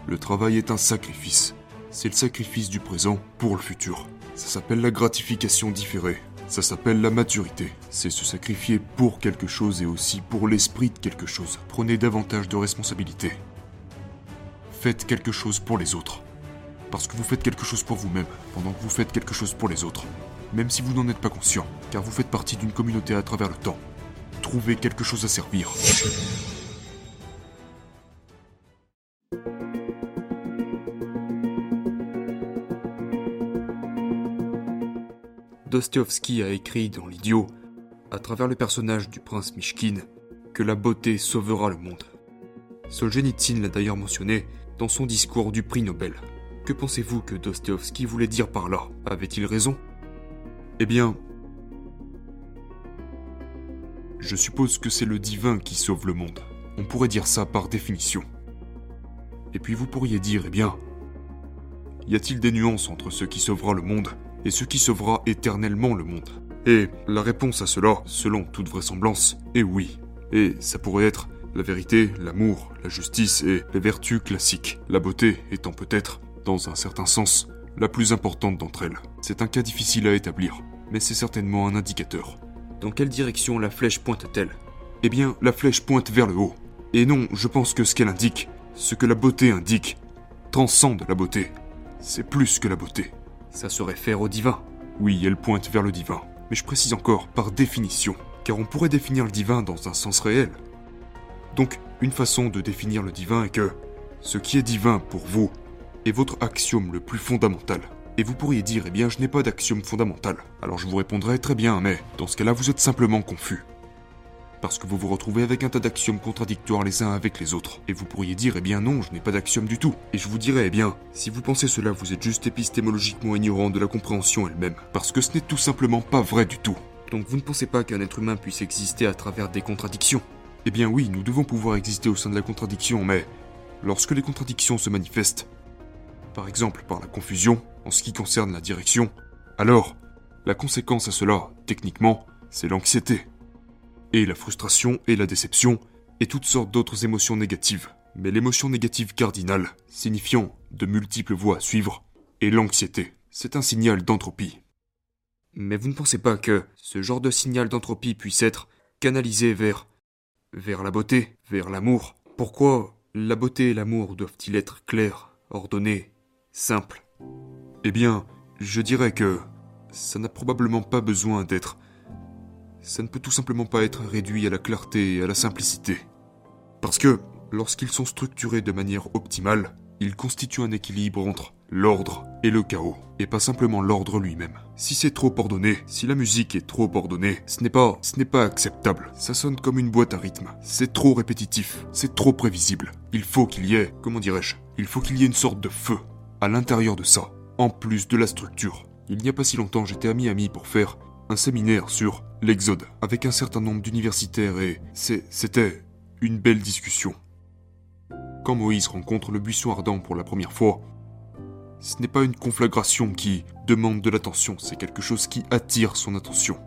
Le travail est un sacrifice. C'est le sacrifice du présent pour le futur. Ça s'appelle la gratification différée. Ça s'appelle la maturité. C'est se sacrifier pour quelque chose et aussi pour l'esprit de quelque chose. Prenez davantage de responsabilités. Faites quelque chose pour les autres. Parce que vous faites quelque chose pour vous-même, pendant que vous faites quelque chose pour les autres. Même si vous n'en êtes pas conscient, car vous faites partie d'une communauté à travers le temps. Trouvez quelque chose à servir. Dostoïevski a écrit dans L'Idiot, à travers le personnage du prince Mishkin, que la beauté sauvera le monde. Solzhenitsyn l'a d'ailleurs mentionné dans son discours du prix Nobel. Que pensez-vous que Dostoïevski voulait dire par là? Avait-il raison? Eh bien, je suppose que c'est le divin qui sauve le monde. On pourrait dire ça par définition. Et puis vous pourriez dire, eh bien, y a-t-il des nuances entre ce qui sauvera le monde et ce qui sauvera éternellement le monde? Et la réponse à cela, selon toute vraisemblance, est oui. Et ça pourrait être la vérité, l'amour, la justice et les vertus classiques. La beauté étant peut-être, dans un certain sens, la plus importante d'entre elles. C'est un cas difficile à établir, mais c'est certainement un indicateur. Dans quelle direction la flèche pointe-t-elle? Eh bien, la flèche pointe vers le haut. Et non, je pense que ce qu'elle indique, ce que la beauté indique, transcende la beauté. C'est plus que la beauté. Ça se réfère au divin. Oui, elle pointe vers le divin. Mais je précise encore, par définition, car on pourrait définir le divin dans un sens réel. Donc, une façon de définir le divin est que ce qui est divin pour vous est votre axiome le plus fondamental. Et vous pourriez dire, eh bien, je n'ai pas d'axiome fondamental. Alors je vous répondrai, très bien, mais dans ce cas-là, vous êtes simplement confus. Parce que vous vous retrouvez avec un tas d'axiomes contradictoires les uns avec les autres. Et vous pourriez dire, eh bien non, je n'ai pas d'axiome du tout. Et je vous dirais, eh bien, si vous pensez cela, vous êtes juste épistémologiquement ignorant de la compréhension elle-même. Parce que ce n'est tout simplement pas vrai du tout. Donc vous ne pensez pas qu'un être humain puisse exister à travers des contradictions? Eh bien oui, nous devons pouvoir exister au sein de la contradiction, mais lorsque les contradictions se manifestent, par exemple par la confusion, en ce qui concerne la direction, alors, la conséquence à cela, techniquement, c'est l'anxiété. Et la frustration et la déception, et toutes sortes d'autres émotions négatives. Mais l'émotion négative cardinale, signifiant de multiples voies à suivre, est l'anxiété. C'est un signal d'entropie. Mais vous ne pensez pas que ce genre de signal d'entropie puisse être canalisé vers la beauté, vers l'amour? Pourquoi la beauté et l'amour doivent-ils être clairs, ordonnés, simples? Eh bien, je dirais que ça n'a probablement pas besoin d'être... Ça ne peut tout simplement pas être réduit à la clarté et à la simplicité. Parce que, lorsqu'ils sont structurés de manière optimale, ils constituent un équilibre entre l'ordre et le chaos, et pas simplement l'ordre lui-même. Si c'est trop ordonné, si la musique est trop ordonnée, ce n'est pas acceptable. Ça sonne comme une boîte à rythme. C'est trop répétitif, c'est trop prévisible. Il faut qu'il y ait, il faut qu'il y ait une sorte de feu à l'intérieur de ça, en plus de la structure. Il n'y a pas si longtemps, j'étais à Miami pour faire un séminaire sur l'Exode, avec un certain nombre d'universitaires et c'était une belle discussion. Quand Moïse rencontre le buisson ardent pour la première fois, ce n'est pas une conflagration qui demande de l'attention, c'est quelque chose qui attire son attention.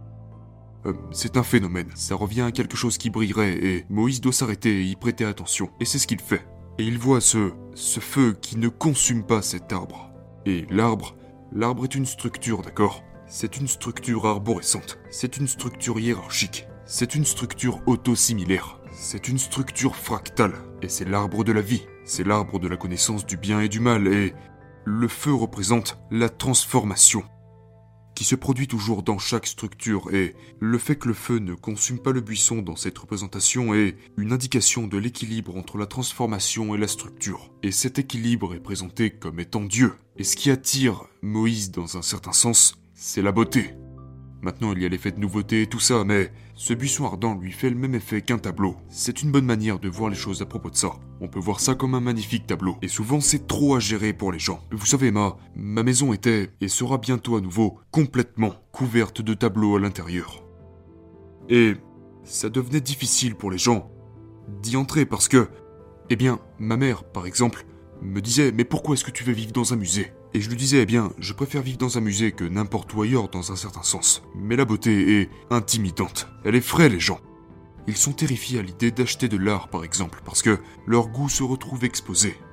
C'est un phénomène, ça revient à quelque chose qui brillerait et Moïse doit s'arrêter et y prêter attention, et c'est ce qu'il fait. Et il voit ce feu qui ne consume pas cet arbre. Et l'arbre est une structure, d'accord? C'est une structure arborescente, c'est une structure hiérarchique, c'est une structure auto-similaire, c'est une structure fractale, et c'est l'arbre de la vie, c'est l'arbre de la connaissance du bien et du mal, et le feu représente la transformation, qui se produit toujours dans chaque structure, et le fait que le feu ne consume pas le buisson dans cette représentation est une indication de l'équilibre entre la transformation et la structure. Et cet équilibre est présenté comme étant Dieu. Et ce qui attire Moïse dans un certain sens, c'est la beauté. Maintenant, il y a l'effet de nouveauté et tout ça, mais ce buisson ardent lui fait le même effet qu'un tableau. C'est une bonne manière de voir les choses à propos de ça. On peut voir ça comme un magnifique tableau. Et souvent, c'est trop à gérer pour les gens. Vous savez, ma maison était, et sera bientôt à nouveau, complètement couverte de tableaux à l'intérieur. Et ça devenait difficile pour les gens d'y entrer parce que, eh bien, ma mère, par exemple, me disait « Mais pourquoi est-ce que tu veux vivre dans un musée ?» Et je lui disais, eh bien, je préfère vivre dans un musée que n'importe où ailleurs dans un certain sens. Mais la beauté est intimidante. Elle effraie les gens. Ils sont terrifiés à l'idée d'acheter de l'art, par exemple, parce que leur goût se retrouve exposé.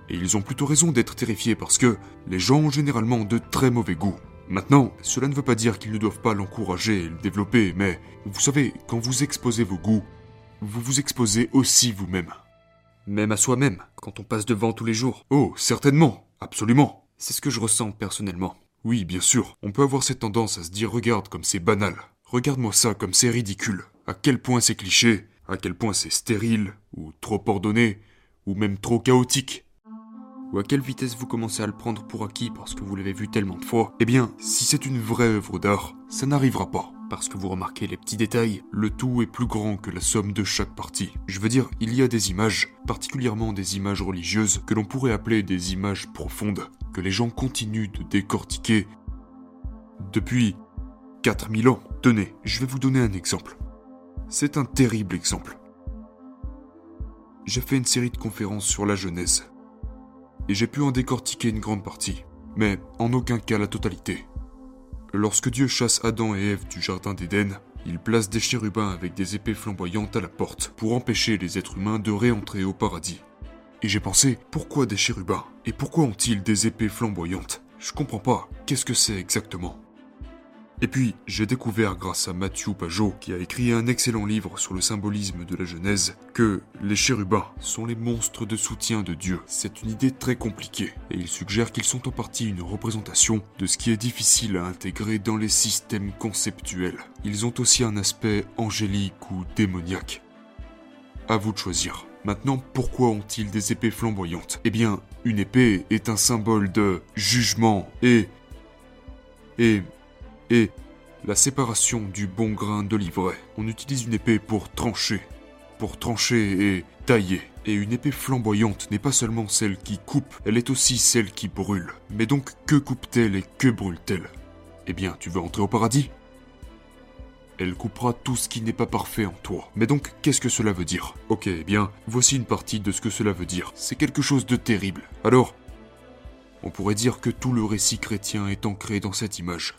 Et ils ont plutôt raison d'être terrifiés parce que les gens ont généralement de très mauvais goût. Maintenant, cela ne veut pas dire qu'ils ne doivent pas l'encourager et le développer, mais vous savez, quand vous exposez vos goûts, vous vous exposez aussi vous-même. Même à soi-même, quand on passe devant tous les jours. Oh, certainement, absolument. C'est ce que je ressens personnellement. Oui, bien sûr, on peut avoir cette tendance à se dire « regarde comme c'est banal, regarde-moi ça comme c'est ridicule, à quel point c'est cliché, à quel point c'est stérile, ou trop ordonné, ou même trop chaotique. » Ou à quelle vitesse vous commencez à le prendre pour acquis parce que vous l'avez vu tellement de fois. Eh bien, si c'est une vraie œuvre d'art, ça n'arrivera pas. Parce que vous remarquez les petits détails, le tout est plus grand que la somme de chaque partie. Je veux dire, il y a des images, particulièrement des images religieuses, que l'on pourrait appeler des images profondes, que les gens continuent de décortiquer depuis 4000 ans. Tenez, je vais vous donner un exemple. C'est un terrible exemple. J'ai fait une série de conférences sur la Genèse. Et j'ai pu en décortiquer une grande partie, mais en aucun cas la totalité. Lorsque Dieu chasse Adam et Ève du jardin d'Éden, il place des chérubins avec des épées flamboyantes à la porte pour empêcher les êtres humains de réentrer au paradis. Et j'ai pensé, pourquoi des chérubins? Et pourquoi ont-ils des épées flamboyantes? Je comprends pas, qu'est-ce que c'est exactement? Et puis, j'ai découvert grâce à Matthew Pajot, qui a écrit un excellent livre sur le symbolisme de la Genèse, que les chérubins sont les monstres de soutien de Dieu. C'est une idée très compliquée, et il suggère qu'ils sont en partie une représentation de ce qui est difficile à intégrer dans les systèmes conceptuels. Ils ont aussi un aspect angélique ou démoniaque. À vous de choisir. Maintenant, pourquoi ont-ils des épées flamboyantes? Eh bien, une épée est un symbole de jugement et la séparation du bon grain de l'ivraie. On utilise une épée pour trancher et tailler. Et une épée flamboyante n'est pas seulement celle qui coupe, elle est aussi celle qui brûle. Mais donc, que coupe-t-elle et que brûle-t-elle? Eh bien, tu veux entrer au paradis? Elle coupera tout ce qui n'est pas parfait en toi. Mais donc, qu'est-ce que cela veut dire? Ok, eh bien, voici une partie de ce que cela veut dire. C'est quelque chose de terrible. Alors, on pourrait dire que tout le récit chrétien est ancré dans cette image.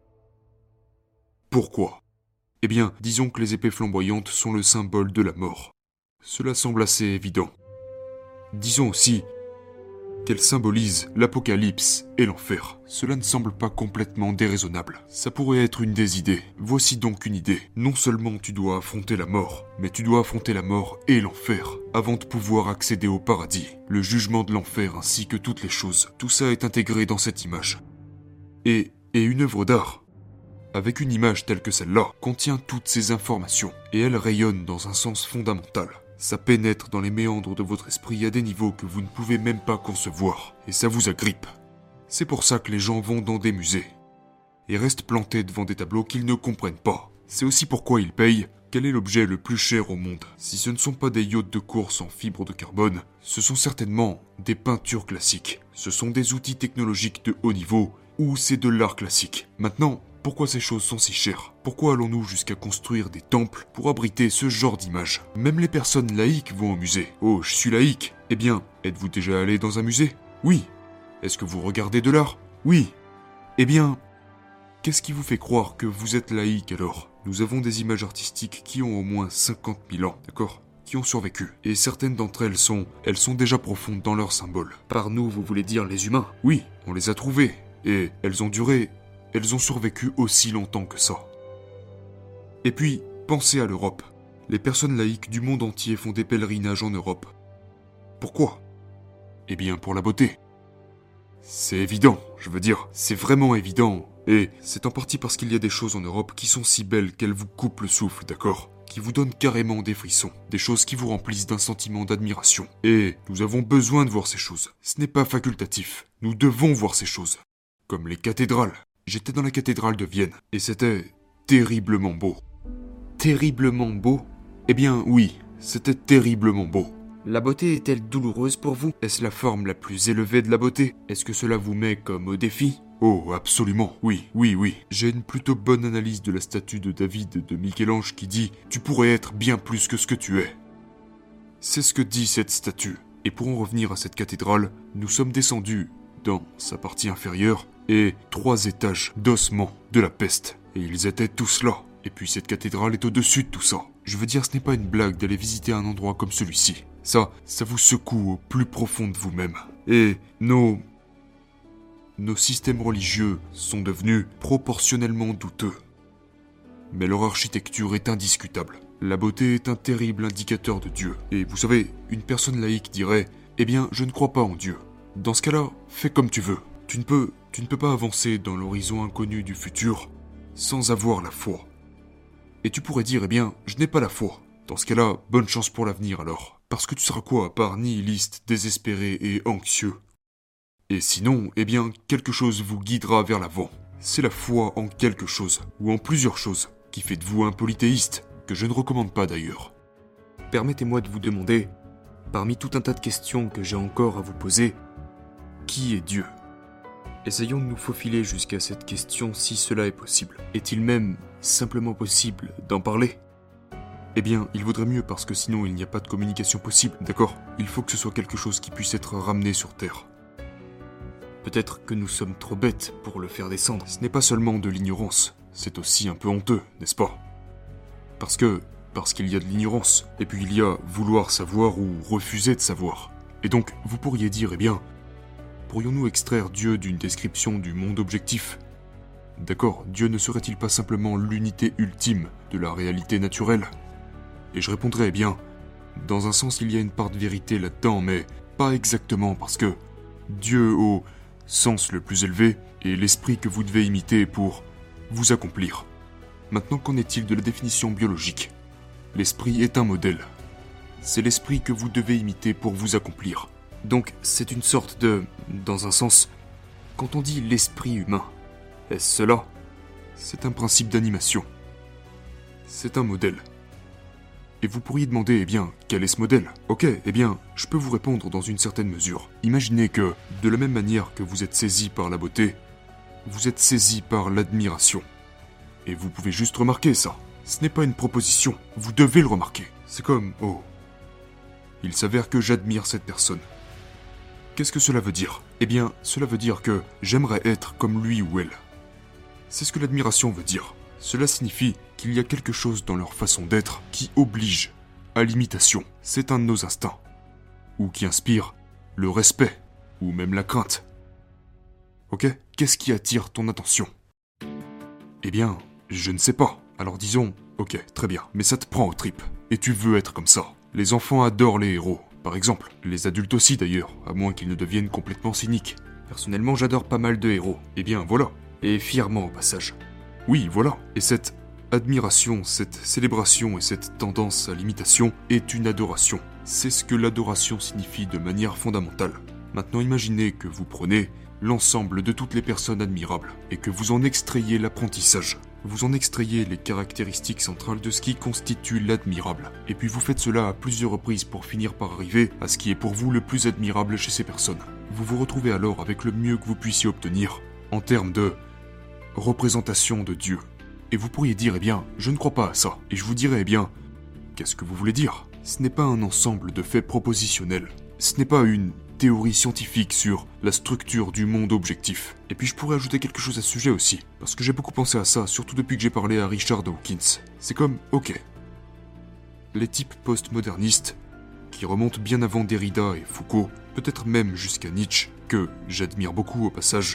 Pourquoi? Eh bien, disons que les épées flamboyantes sont le symbole de la mort. Cela semble assez évident. Disons aussi qu'elles symbolisent l'apocalypse et l'enfer. Cela ne semble pas complètement déraisonnable. Ça pourrait être une des idées. Voici donc une idée. Non seulement tu dois affronter la mort, mais tu dois affronter la mort et l'enfer avant de pouvoir accéder au paradis. Le jugement de l'enfer ainsi que toutes les choses. Tout ça est intégré dans cette image. Et une œuvre d'art, avec une image telle que celle-là, contient toutes ces informations, et elle rayonne dans un sens fondamental. Ça pénètre dans les méandres de votre esprit à des niveaux que vous ne pouvez même pas concevoir, et ça vous agrippe. C'est pour ça que les gens vont dans des musées, et restent plantés devant des tableaux qu'ils ne comprennent pas. C'est aussi pourquoi ils payent. Quel est l'objet le plus cher au monde? Si ce ne sont pas des yachts de course en fibre de carbone, ce sont certainement des peintures classiques. Ce sont des outils technologiques de haut niveau, ou c'est de l'art classique. Maintenant, pourquoi ces choses sont si chères? Pourquoi allons-nous jusqu'à construire des temples pour abriter ce genre d'images? Même les personnes laïques vont au musée. Oh, je suis laïque. Eh bien, êtes-vous déjà allé dans un musée? Oui. Est-ce que vous regardez de l'art? Oui. Eh bien, qu'est-ce qui vous fait croire que vous êtes laïque alors? Nous avons des images artistiques qui ont au moins 50 000 ans, d'accord? Qui ont survécu. Et certaines d'entre elles sont déjà profondes dans leurs symboles. Par nous, vous voulez dire les humains? Oui, on les a trouvées. Et elles ont survécu aussi longtemps que ça. Et puis, pensez à l'Europe. Les personnes laïques du monde entier font des pèlerinages en Europe. Pourquoi? Eh bien, pour la beauté. C'est évident, je veux dire, c'est vraiment évident. Et c'est en partie parce qu'il y a des choses en Europe qui sont si belles qu'elles vous coupent le souffle, d'accord? Qui vous donnent carrément des frissons. Des choses qui vous remplissent d'un sentiment d'admiration. Et nous avons besoin de voir ces choses. Ce n'est pas facultatif. Nous devons voir ces choses. Comme les cathédrales. J'étais dans la cathédrale de Vienne, et c'était terriblement beau. Terriblement beau? Eh bien oui, c'était terriblement beau. La beauté est-elle douloureuse pour vous? Est-ce la forme la plus élevée de la beauté? Est-ce que cela vous met comme au défi? Oh, absolument, oui. J'ai une plutôt bonne analyse de la statue de David de Michel-Ange qui dit « Tu pourrais être bien plus que ce que tu es ». C'est ce que dit cette statue. Et pour en revenir à cette cathédrale, nous sommes descendus dans sa partie inférieure et 3 étages d'ossements de la peste. Et ils étaient tous là. Et puis cette cathédrale est au-dessus de tout ça. Je veux dire, ce n'est pas une blague d'aller visiter un endroit comme celui-ci. Ça vous secoue au plus profond de vous-même. Et nos systèmes religieux sont devenus proportionnellement douteux. Mais leur architecture est indiscutable. La beauté est un terrible indicateur de Dieu. Et vous savez, une personne laïque dirait « Eh bien, je ne crois pas en Dieu. » Dans ce cas-là, fais comme tu veux. Tu ne peux pas avancer dans l'horizon inconnu du futur sans avoir la foi. Et tu pourrais dire « Eh bien, je n'ai pas la foi. » Dans ce cas-là, bonne chance pour l'avenir alors. Parce que tu seras quoi à part nihiliste, désespéré et anxieux? Et sinon, eh bien, quelque chose vous guidera vers l'avant. C'est la foi en quelque chose, ou en plusieurs choses, qui fait de vous un polythéiste, que je ne recommande pas d'ailleurs. Permettez-moi de vous demander, parmi tout un tas de questions que j'ai encore à vous poser, qui est Dieu? Essayons de nous faufiler jusqu'à cette question si cela est possible. Est-il même simplement possible d'en parler? Eh bien, il vaudrait mieux parce que sinon il n'y a pas de communication possible, d'accord? Il faut que ce soit quelque chose qui puisse être ramené sur Terre. Peut-être que nous sommes trop bêtes pour le faire descendre. Ce n'est pas seulement de l'ignorance, c'est aussi un peu honteux, n'est-ce pas? Parce qu'il y a de l'ignorance, et puis il y a vouloir savoir ou refuser de savoir. Et donc, vous pourriez dire, eh bien, pourrions-nous extraire Dieu d'une description du monde objectif? D'accord, Dieu ne serait-il pas simplement l'unité ultime de la réalité naturelle? Et je répondrais, eh bien, dans un sens il y a une part de vérité là-dedans, mais pas exactement parce que Dieu au sens le plus élevé est l'esprit que vous devez imiter pour vous accomplir. Maintenant, qu'en est-il de la définition biologique? L'esprit est un modèle. C'est l'esprit que vous devez imiter pour vous accomplir. Donc, c'est une sorte de... Dans un sens, quand on dit l'esprit humain, est-ce cela? C'est un principe d'animation. C'est un modèle. Et vous pourriez demander, eh bien, quel est ce modèle? Ok, eh bien, je peux vous répondre dans une certaine mesure. Imaginez que, de la même manière que vous êtes saisi par la beauté, vous êtes saisi par l'admiration. Et vous pouvez juste remarquer ça. Ce n'est pas une proposition, vous devez le remarquer. C'est comme, oh, il s'avère que j'admire cette personne. Qu'est-ce que cela veut dire? Eh bien, cela veut dire que j'aimerais être comme lui ou elle. C'est ce que l'admiration veut dire. Cela signifie qu'il y a quelque chose dans leur façon d'être qui oblige à l'imitation. C'est un de nos instincts. Ou qui inspire le respect, ou même la crainte. Ok? Qu'est-ce qui attire ton attention? Eh bien, je ne sais pas. Alors disons, ok, très bien, mais ça te prend aux tripes. Et tu veux être comme ça. Les enfants adorent les héros, par exemple. Les adultes aussi d'ailleurs, à moins qu'ils ne deviennent complètement cyniques. Personnellement, j'adore pas mal de héros. Eh bien, voilà. Et fièrement au passage. Oui, voilà. Et cette admiration, cette célébration et cette tendance à l'imitation est une adoration. C'est ce que l'adoration signifie de manière fondamentale. Maintenant, imaginez que vous prenez l'ensemble de toutes les personnes admirables et que vous en extrayez l'apprentissage. Vous en extrayez les caractéristiques centrales de ce qui constitue l'admirable. Et puis vous faites cela à plusieurs reprises pour finir par arriver à ce qui est pour vous le plus admirable chez ces personnes. Vous vous retrouvez alors avec le mieux que vous puissiez obtenir en termes de représentation de Dieu. Et vous pourriez dire, eh bien, je ne crois pas à ça. Et je vous dirais, eh bien, qu'est-ce que vous voulez dire? Ce n'est pas un ensemble de faits propositionnels. Ce n'est pas une théorie scientifique sur la structure du monde objectif. Et puis je pourrais ajouter quelque chose à ce sujet aussi, parce que j'ai beaucoup pensé à ça, surtout depuis que j'ai parlé à Richard Dawkins. C'est comme, ok, les types postmodernistes, qui remontent bien avant Derrida et Foucault, peut-être même jusqu'à Nietzsche, que j'admire beaucoup au passage,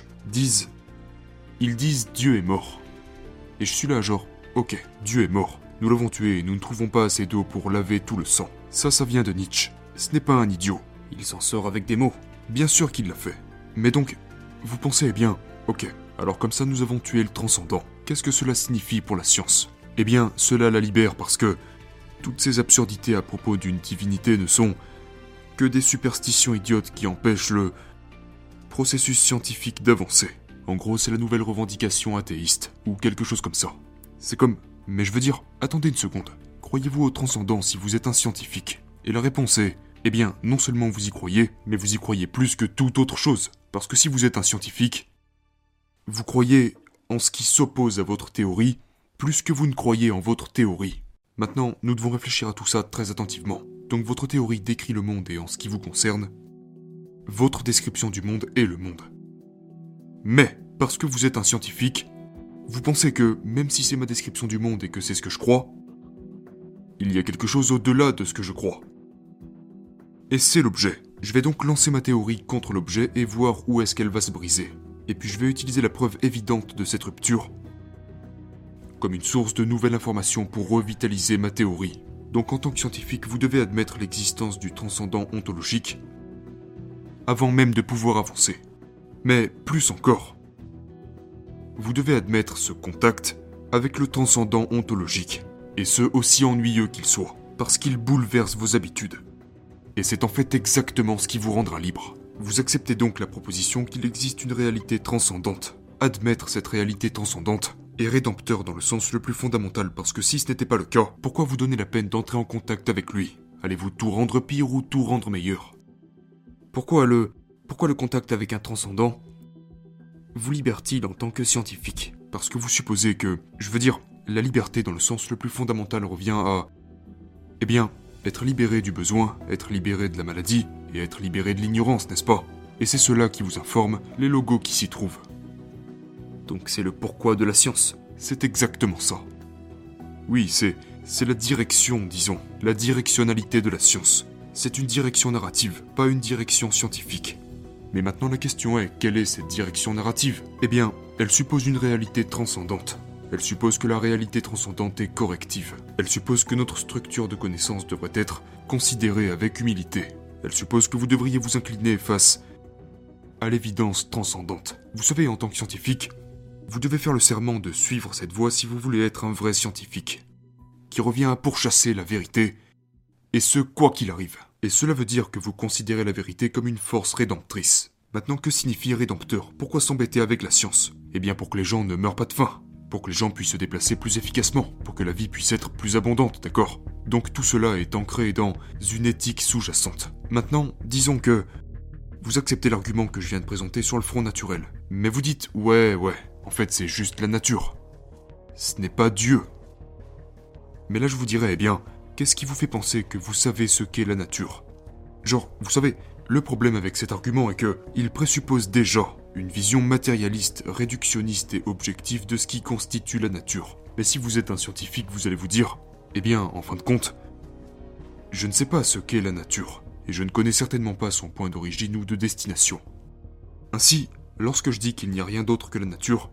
ils disent Dieu est mort. Et je suis là genre, ok, Dieu est mort, nous l'avons tué et nous ne trouvons pas assez d'eau pour laver tout le sang. Ça vient de Nietzsche. Ce n'est pas un idiot. Il s'en sort avec des mots. Bien sûr qu'il l'a fait. Mais donc, vous pensez, eh bien, ok, alors comme ça nous avons tué le transcendant. Qu'est-ce que cela signifie pour la science? Eh bien, cela la libère parce que toutes ces absurdités à propos d'une divinité ne sont que des superstitions idiotes qui empêchent le processus scientifique d'avancer. En gros, c'est la nouvelle revendication athéiste, ou quelque chose comme ça. C'est comme, mais je veux dire, attendez une seconde. Croyez-vous au transcendant si vous êtes un scientifique? Et la réponse est, eh bien, non seulement vous y croyez, mais vous y croyez plus que toute autre chose. Parce que si vous êtes un scientifique, vous croyez en ce qui s'oppose à votre théorie, plus que vous ne croyez en votre théorie. Maintenant, nous devons réfléchir à tout ça très attentivement. Donc votre théorie décrit le monde et en ce qui vous concerne, votre description du monde est le monde. Mais, parce que vous êtes un scientifique, vous pensez que, même si c'est ma description du monde et que c'est ce que je crois, il y a quelque chose au-delà de ce que je crois. Et c'est l'objet. Je vais donc lancer ma théorie contre l'objet et voir où est-ce qu'elle va se briser. Et puis je vais utiliser la preuve évidente de cette rupture comme une source de nouvelles informations pour revitaliser ma théorie. Donc en tant que scientifique, vous devez admettre l'existence du transcendant ontologique avant même de pouvoir avancer. Mais plus encore, vous devez admettre ce contact avec le transcendant ontologique, et ce aussi ennuyeux qu'il soit, parce qu'il bouleverse vos habitudes. Et c'est en fait exactement ce qui vous rendra libre. Vous acceptez donc la proposition qu'il existe une réalité transcendante. Admettre cette réalité transcendante est rédempteur dans le sens le plus fondamental, parce que si ce n'était pas le cas, pourquoi vous donner la peine d'entrer en contact avec lui? Allez-vous tout rendre pire ou tout rendre meilleur? Pourquoi le contact avec un transcendant vous libère-t-il en tant que scientifique? Parce que vous supposez que, la liberté dans le sens le plus fondamental revient à, être libéré du besoin, être libéré de la maladie, et être libéré de l'ignorance, n'est-ce pas? Et c'est cela qui vous informe, les logos qui s'y trouvent. Donc c'est le pourquoi de la science. C'est exactement ça. Oui, c'est la direction, disons, la directionnalité de la science. C'est une direction narrative, pas une direction scientifique. Mais maintenant la question est, quelle est cette direction narrative? Elle suppose une réalité transcendante. Elle suppose que la réalité transcendante est corrective. Elle suppose que notre structure de connaissance devrait être considérée avec humilité. Elle suppose que vous devriez vous incliner face à l'évidence transcendante. Vous savez, en tant que scientifique, vous devez faire le serment de suivre cette voie si vous voulez être un vrai scientifique, qui revient à pourchasser la vérité, et ce, quoi qu'il arrive. Et cela veut dire que vous considérez la vérité comme une force rédemptrice. Maintenant, que signifie rédempteur? Pourquoi s'embêter avec la science? Pour que les gens ne meurent pas de faim, pour que les gens puissent se déplacer plus efficacement, pour que la vie puisse être plus abondante, d'accord? Donc tout cela est ancré dans une éthique sous-jacente. Maintenant, disons que vous acceptez l'argument que je viens de présenter sur le front naturel, mais vous dites, ouais, en fait c'est juste la nature. Ce n'est pas Dieu. Mais là je vous dirais, qu'est-ce qui vous fait penser que vous savez ce qu'est la nature? Vous savez, le problème avec cet argument est que il présuppose déjà une vision matérialiste, réductionniste et objective de ce qui constitue la nature. Mais si vous êtes un scientifique, vous allez vous dire, en fin de compte, je ne sais pas ce qu'est la nature, et je ne connais certainement pas son point d'origine ou de destination. Ainsi, lorsque je dis qu'il n'y a rien d'autre que la nature,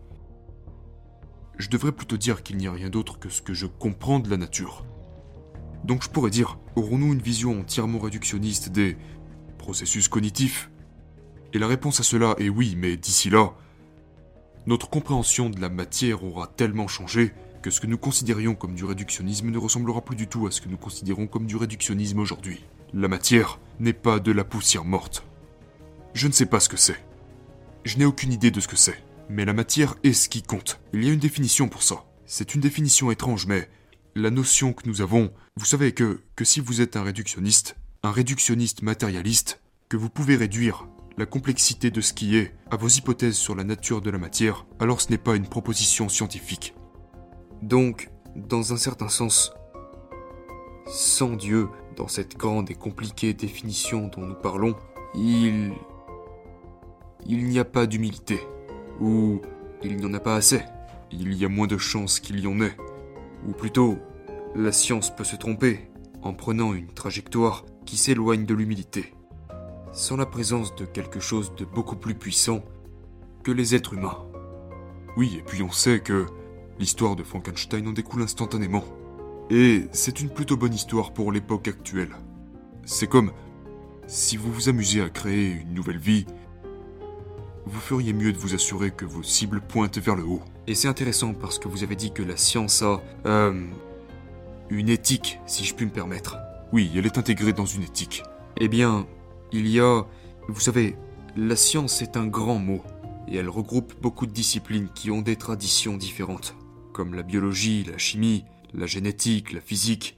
je devrais plutôt dire qu'il n'y a rien d'autre que ce que je comprends de la nature. Donc je pourrais dire, aurons-nous une vision entièrement réductionniste des processus cognitifs? Et la réponse à cela est oui, mais d'ici là, notre compréhension de la matière aura tellement changé que ce que nous considérions comme du réductionnisme ne ressemblera plus du tout à ce que nous considérons comme du réductionnisme aujourd'hui. La matière n'est pas de la poussière morte. Je ne sais pas ce que c'est. Je n'ai aucune idée de ce que c'est. Mais la matière est ce qui compte. Il y a une définition pour ça. C'est une définition étrange, mais la notion que nous avons, vous savez que si vous êtes un réductionniste matérialiste, que vous pouvez réduire la complexité de ce qui est à vos hypothèses sur la nature de la matière, alors ce n'est pas une proposition scientifique. Donc, dans un certain sens, sans Dieu, dans cette grande et compliquée définition dont nous parlons, il n'y a pas d'humilité. Ou il n'y en a pas assez. Il y a moins de chances qu'il y en ait. Ou plutôt, la science peut se tromper en prenant une trajectoire qui s'éloigne de l'humilité, sans la présence de quelque chose de beaucoup plus puissant que les êtres humains. Oui, et puis on sait que l'histoire de Frankenstein en découle instantanément. Et c'est une plutôt bonne histoire pour l'époque actuelle. C'est comme si vous vous amusez à créer une nouvelle vie, vous feriez mieux de vous assurer que vos cibles pointent vers le haut. Et c'est intéressant parce que vous avez dit que la science a, une éthique, si je puis me permettre. Oui, elle est intégrée dans une éthique. Il y a... Vous savez, la science est un grand mot, et elle regroupe beaucoup de disciplines qui ont des traditions différentes, comme la biologie, la chimie, la génétique, la physique.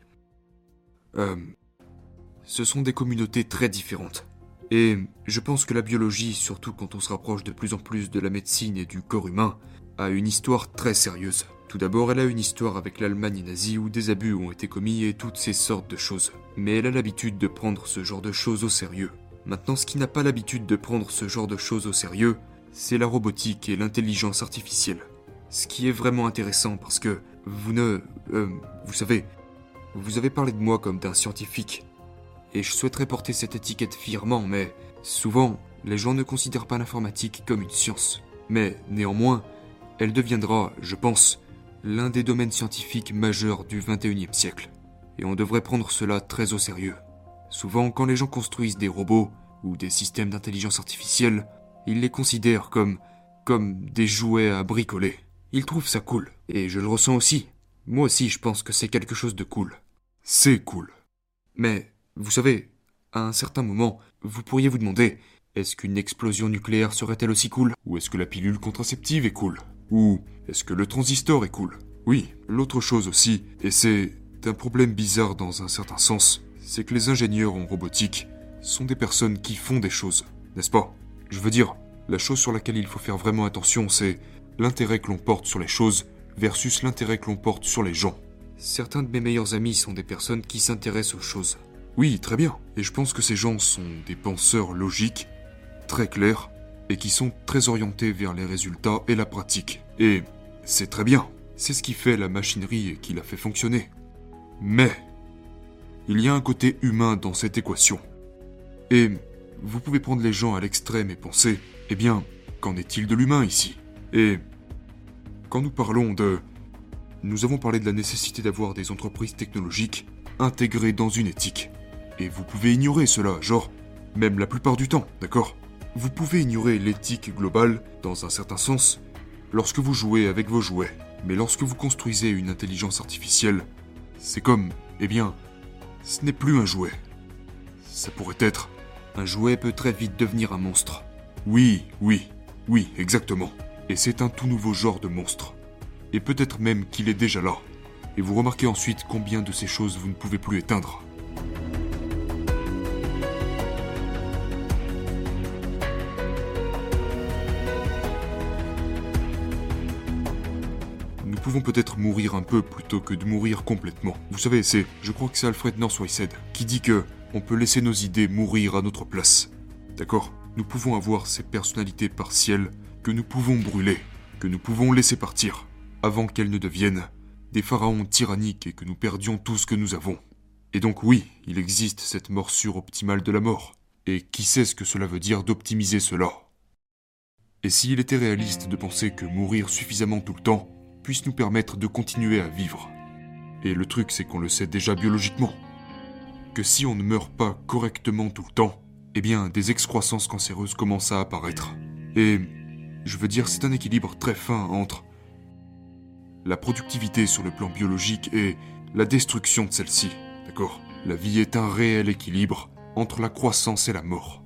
Ce sont des communautés très différentes. Et je pense que la biologie, surtout quand on se rapproche de plus en plus de la médecine et du corps humain, a une histoire très sérieuse. Tout d'abord, elle a une histoire avec l'Allemagne nazie où des abus ont été commis et toutes ces sortes de choses. Mais elle a l'habitude de prendre ce genre de choses au sérieux. Maintenant, ce qui n'a pas l'habitude de prendre ce genre de choses au sérieux, c'est la robotique et l'intelligence artificielle. Ce qui est vraiment intéressant parce que vous savez, vous avez parlé de moi comme d'un scientifique. et je souhaiterais porter cette étiquette fièrement, mais souvent, les gens ne considèrent pas l'informatique comme une science. Mais néanmoins, elle deviendra, je pense, l'un des domaines scientifiques majeurs du XXIe siècle. Et on devrait prendre cela très au sérieux. Souvent, quand les gens construisent des robots ou des systèmes d'intelligence artificielle, ils les considèrent comme des jouets à bricoler. Ils trouvent ça cool, et je le ressens aussi. Moi aussi, je pense que c'est quelque chose de cool. C'est cool. Mais, vous savez, à un certain moment, vous pourriez vous demander, est-ce qu'une explosion nucléaire serait-elle aussi cool? Ou est-ce que la pilule contraceptive est cool? Ou est-ce que le transistor est cool? Oui, l'autre chose aussi, et c'est un problème bizarre dans un certain sens, c'est que les ingénieurs en robotique sont des personnes qui font des choses, n'est-ce pas? Je veux dire, la chose sur laquelle il faut faire vraiment attention, c'est l'intérêt que l'on porte sur les choses versus l'intérêt que l'on porte sur les gens. Certains de mes meilleurs amis sont des personnes qui s'intéressent aux choses. Oui, très bien. Et je pense que ces gens sont des penseurs logiques, très clairs, et qui sont très orientés vers les résultats et la pratique. Et c'est très bien. C'est ce qui fait la machinerie et qui la fait fonctionner. Mais il y a un côté humain dans cette équation. Et vous pouvez prendre les gens à l'extrême et penser, eh bien, qu'en est-il de l'humain ici? Et quand nous parlons de... Nous avons parlé de la nécessité d'avoir des entreprises technologiques intégrées dans une éthique. Et vous pouvez ignorer cela, genre, même la plupart du temps, d'accord? Vous pouvez ignorer l'éthique globale, dans un certain sens, lorsque vous jouez avec vos jouets. Mais lorsque vous construisez une intelligence artificielle, c'est comme, eh bien, ce n'est plus un jouet. Ça pourrait être... Un jouet peut très vite devenir un monstre. Oui, exactement. Et c'est un tout nouveau genre de monstre. Et peut-être même qu'il est déjà là. Et vous remarquez ensuite combien de ces choses vous ne pouvez plus éteindre. Nous pouvons peut-être mourir un peu plutôt que de mourir complètement. Vous savez, je crois que c'est Alfred Northwhite qui dit que on peut laisser nos idées mourir à notre place. D'accord? Nous pouvons avoir ces personnalités partielles que nous pouvons brûler, que nous pouvons laisser partir, avant qu'elles ne deviennent des pharaons tyranniques et que nous perdions tout ce que nous avons. Et donc oui, il existe cette morsure optimale de la mort. Et qui sait ce que cela veut dire d'optimiser cela? Et s'il était réaliste de penser que mourir suffisamment tout le temps puisse nous permettre de continuer à vivre? Et le truc, c'est qu'on le sait déjà biologiquement. Que si on ne meurt pas correctement tout le temps, eh bien, des excroissances cancéreuses commencent à apparaître. Et, je veux dire, c'est un équilibre très fin entre la productivité sur le plan biologique et la destruction de celle-ci, d'accord? La vie est un réel équilibre entre la croissance et la mort.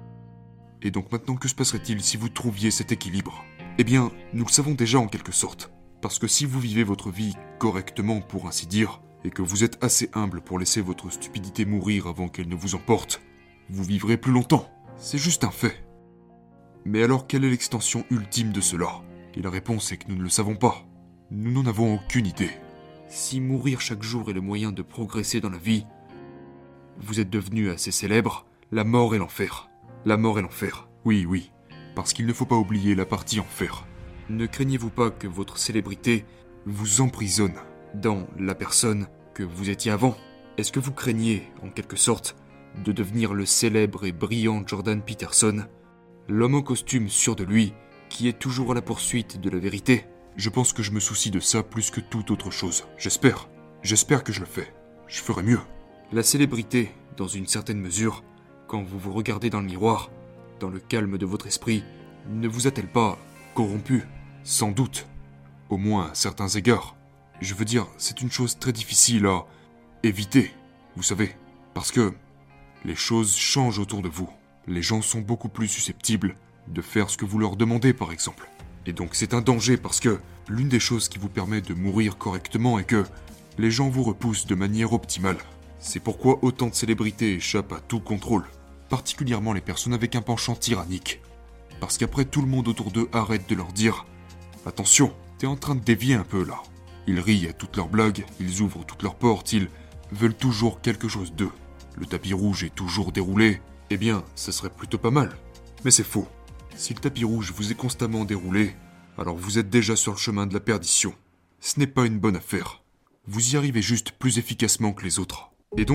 Et donc maintenant, que se passerait-il si vous trouviez cet équilibre? Eh bien, nous le savons déjà en quelque sorte. Parce que si vous vivez votre vie correctement, pour ainsi dire, et que vous êtes assez humble pour laisser votre stupidité mourir avant qu'elle ne vous emporte, vous vivrez plus longtemps. C'est juste un fait. Mais alors, quelle est l'extension ultime de cela? Et la réponse est que nous ne le savons pas. Nous n'en avons aucune idée. Si mourir chaque jour est le moyen de progresser dans la vie, vous êtes devenu assez célèbre, la mort et l'enfer. La mort et l'enfer. Oui. Parce qu'il ne faut pas oublier la partie enfer. Ne craignez-vous pas que votre célébrité vous emprisonne dans la personne que vous étiez avant? Est-ce que vous craignez, en quelque sorte, de devenir le célèbre et brillant Jordan Peterson, l'homme en costume sûr de lui, qui est toujours à la poursuite de la vérité? Je pense que je me soucie de ça plus que toute autre chose. J'espère que je le fais. Je ferai mieux. La célébrité, dans une certaine mesure, quand vous vous regardez dans le miroir, dans le calme de votre esprit, ne vous a-t-elle pas corrompu? Sans doute. Au moins à certains égards. Je veux dire, c'est une chose très difficile à éviter, vous savez, parce que les choses changent autour de vous. Les gens sont beaucoup plus susceptibles de faire ce que vous leur demandez, par exemple. Et donc c'est un danger parce que l'une des choses qui vous permet de mourir correctement est que les gens vous repoussent de manière optimale. C'est pourquoi autant de célébrités échappent à tout contrôle, particulièrement les personnes avec un penchant tyrannique. Parce qu'après tout le monde autour d'eux arrête de leur dire « Attention, t'es en train de dévier un peu là ». Ils rient à toutes leurs blagues, ils ouvrent toutes leurs portes, ils veulent toujours quelque chose d'eux. Le tapis rouge est toujours déroulé, eh bien, ça serait plutôt pas mal. Mais c'est faux. Si le tapis rouge vous est constamment déroulé, alors vous êtes déjà sur le chemin de la perdition. Ce n'est pas une bonne affaire. Vous y arrivez juste plus efficacement que les autres. Et donc,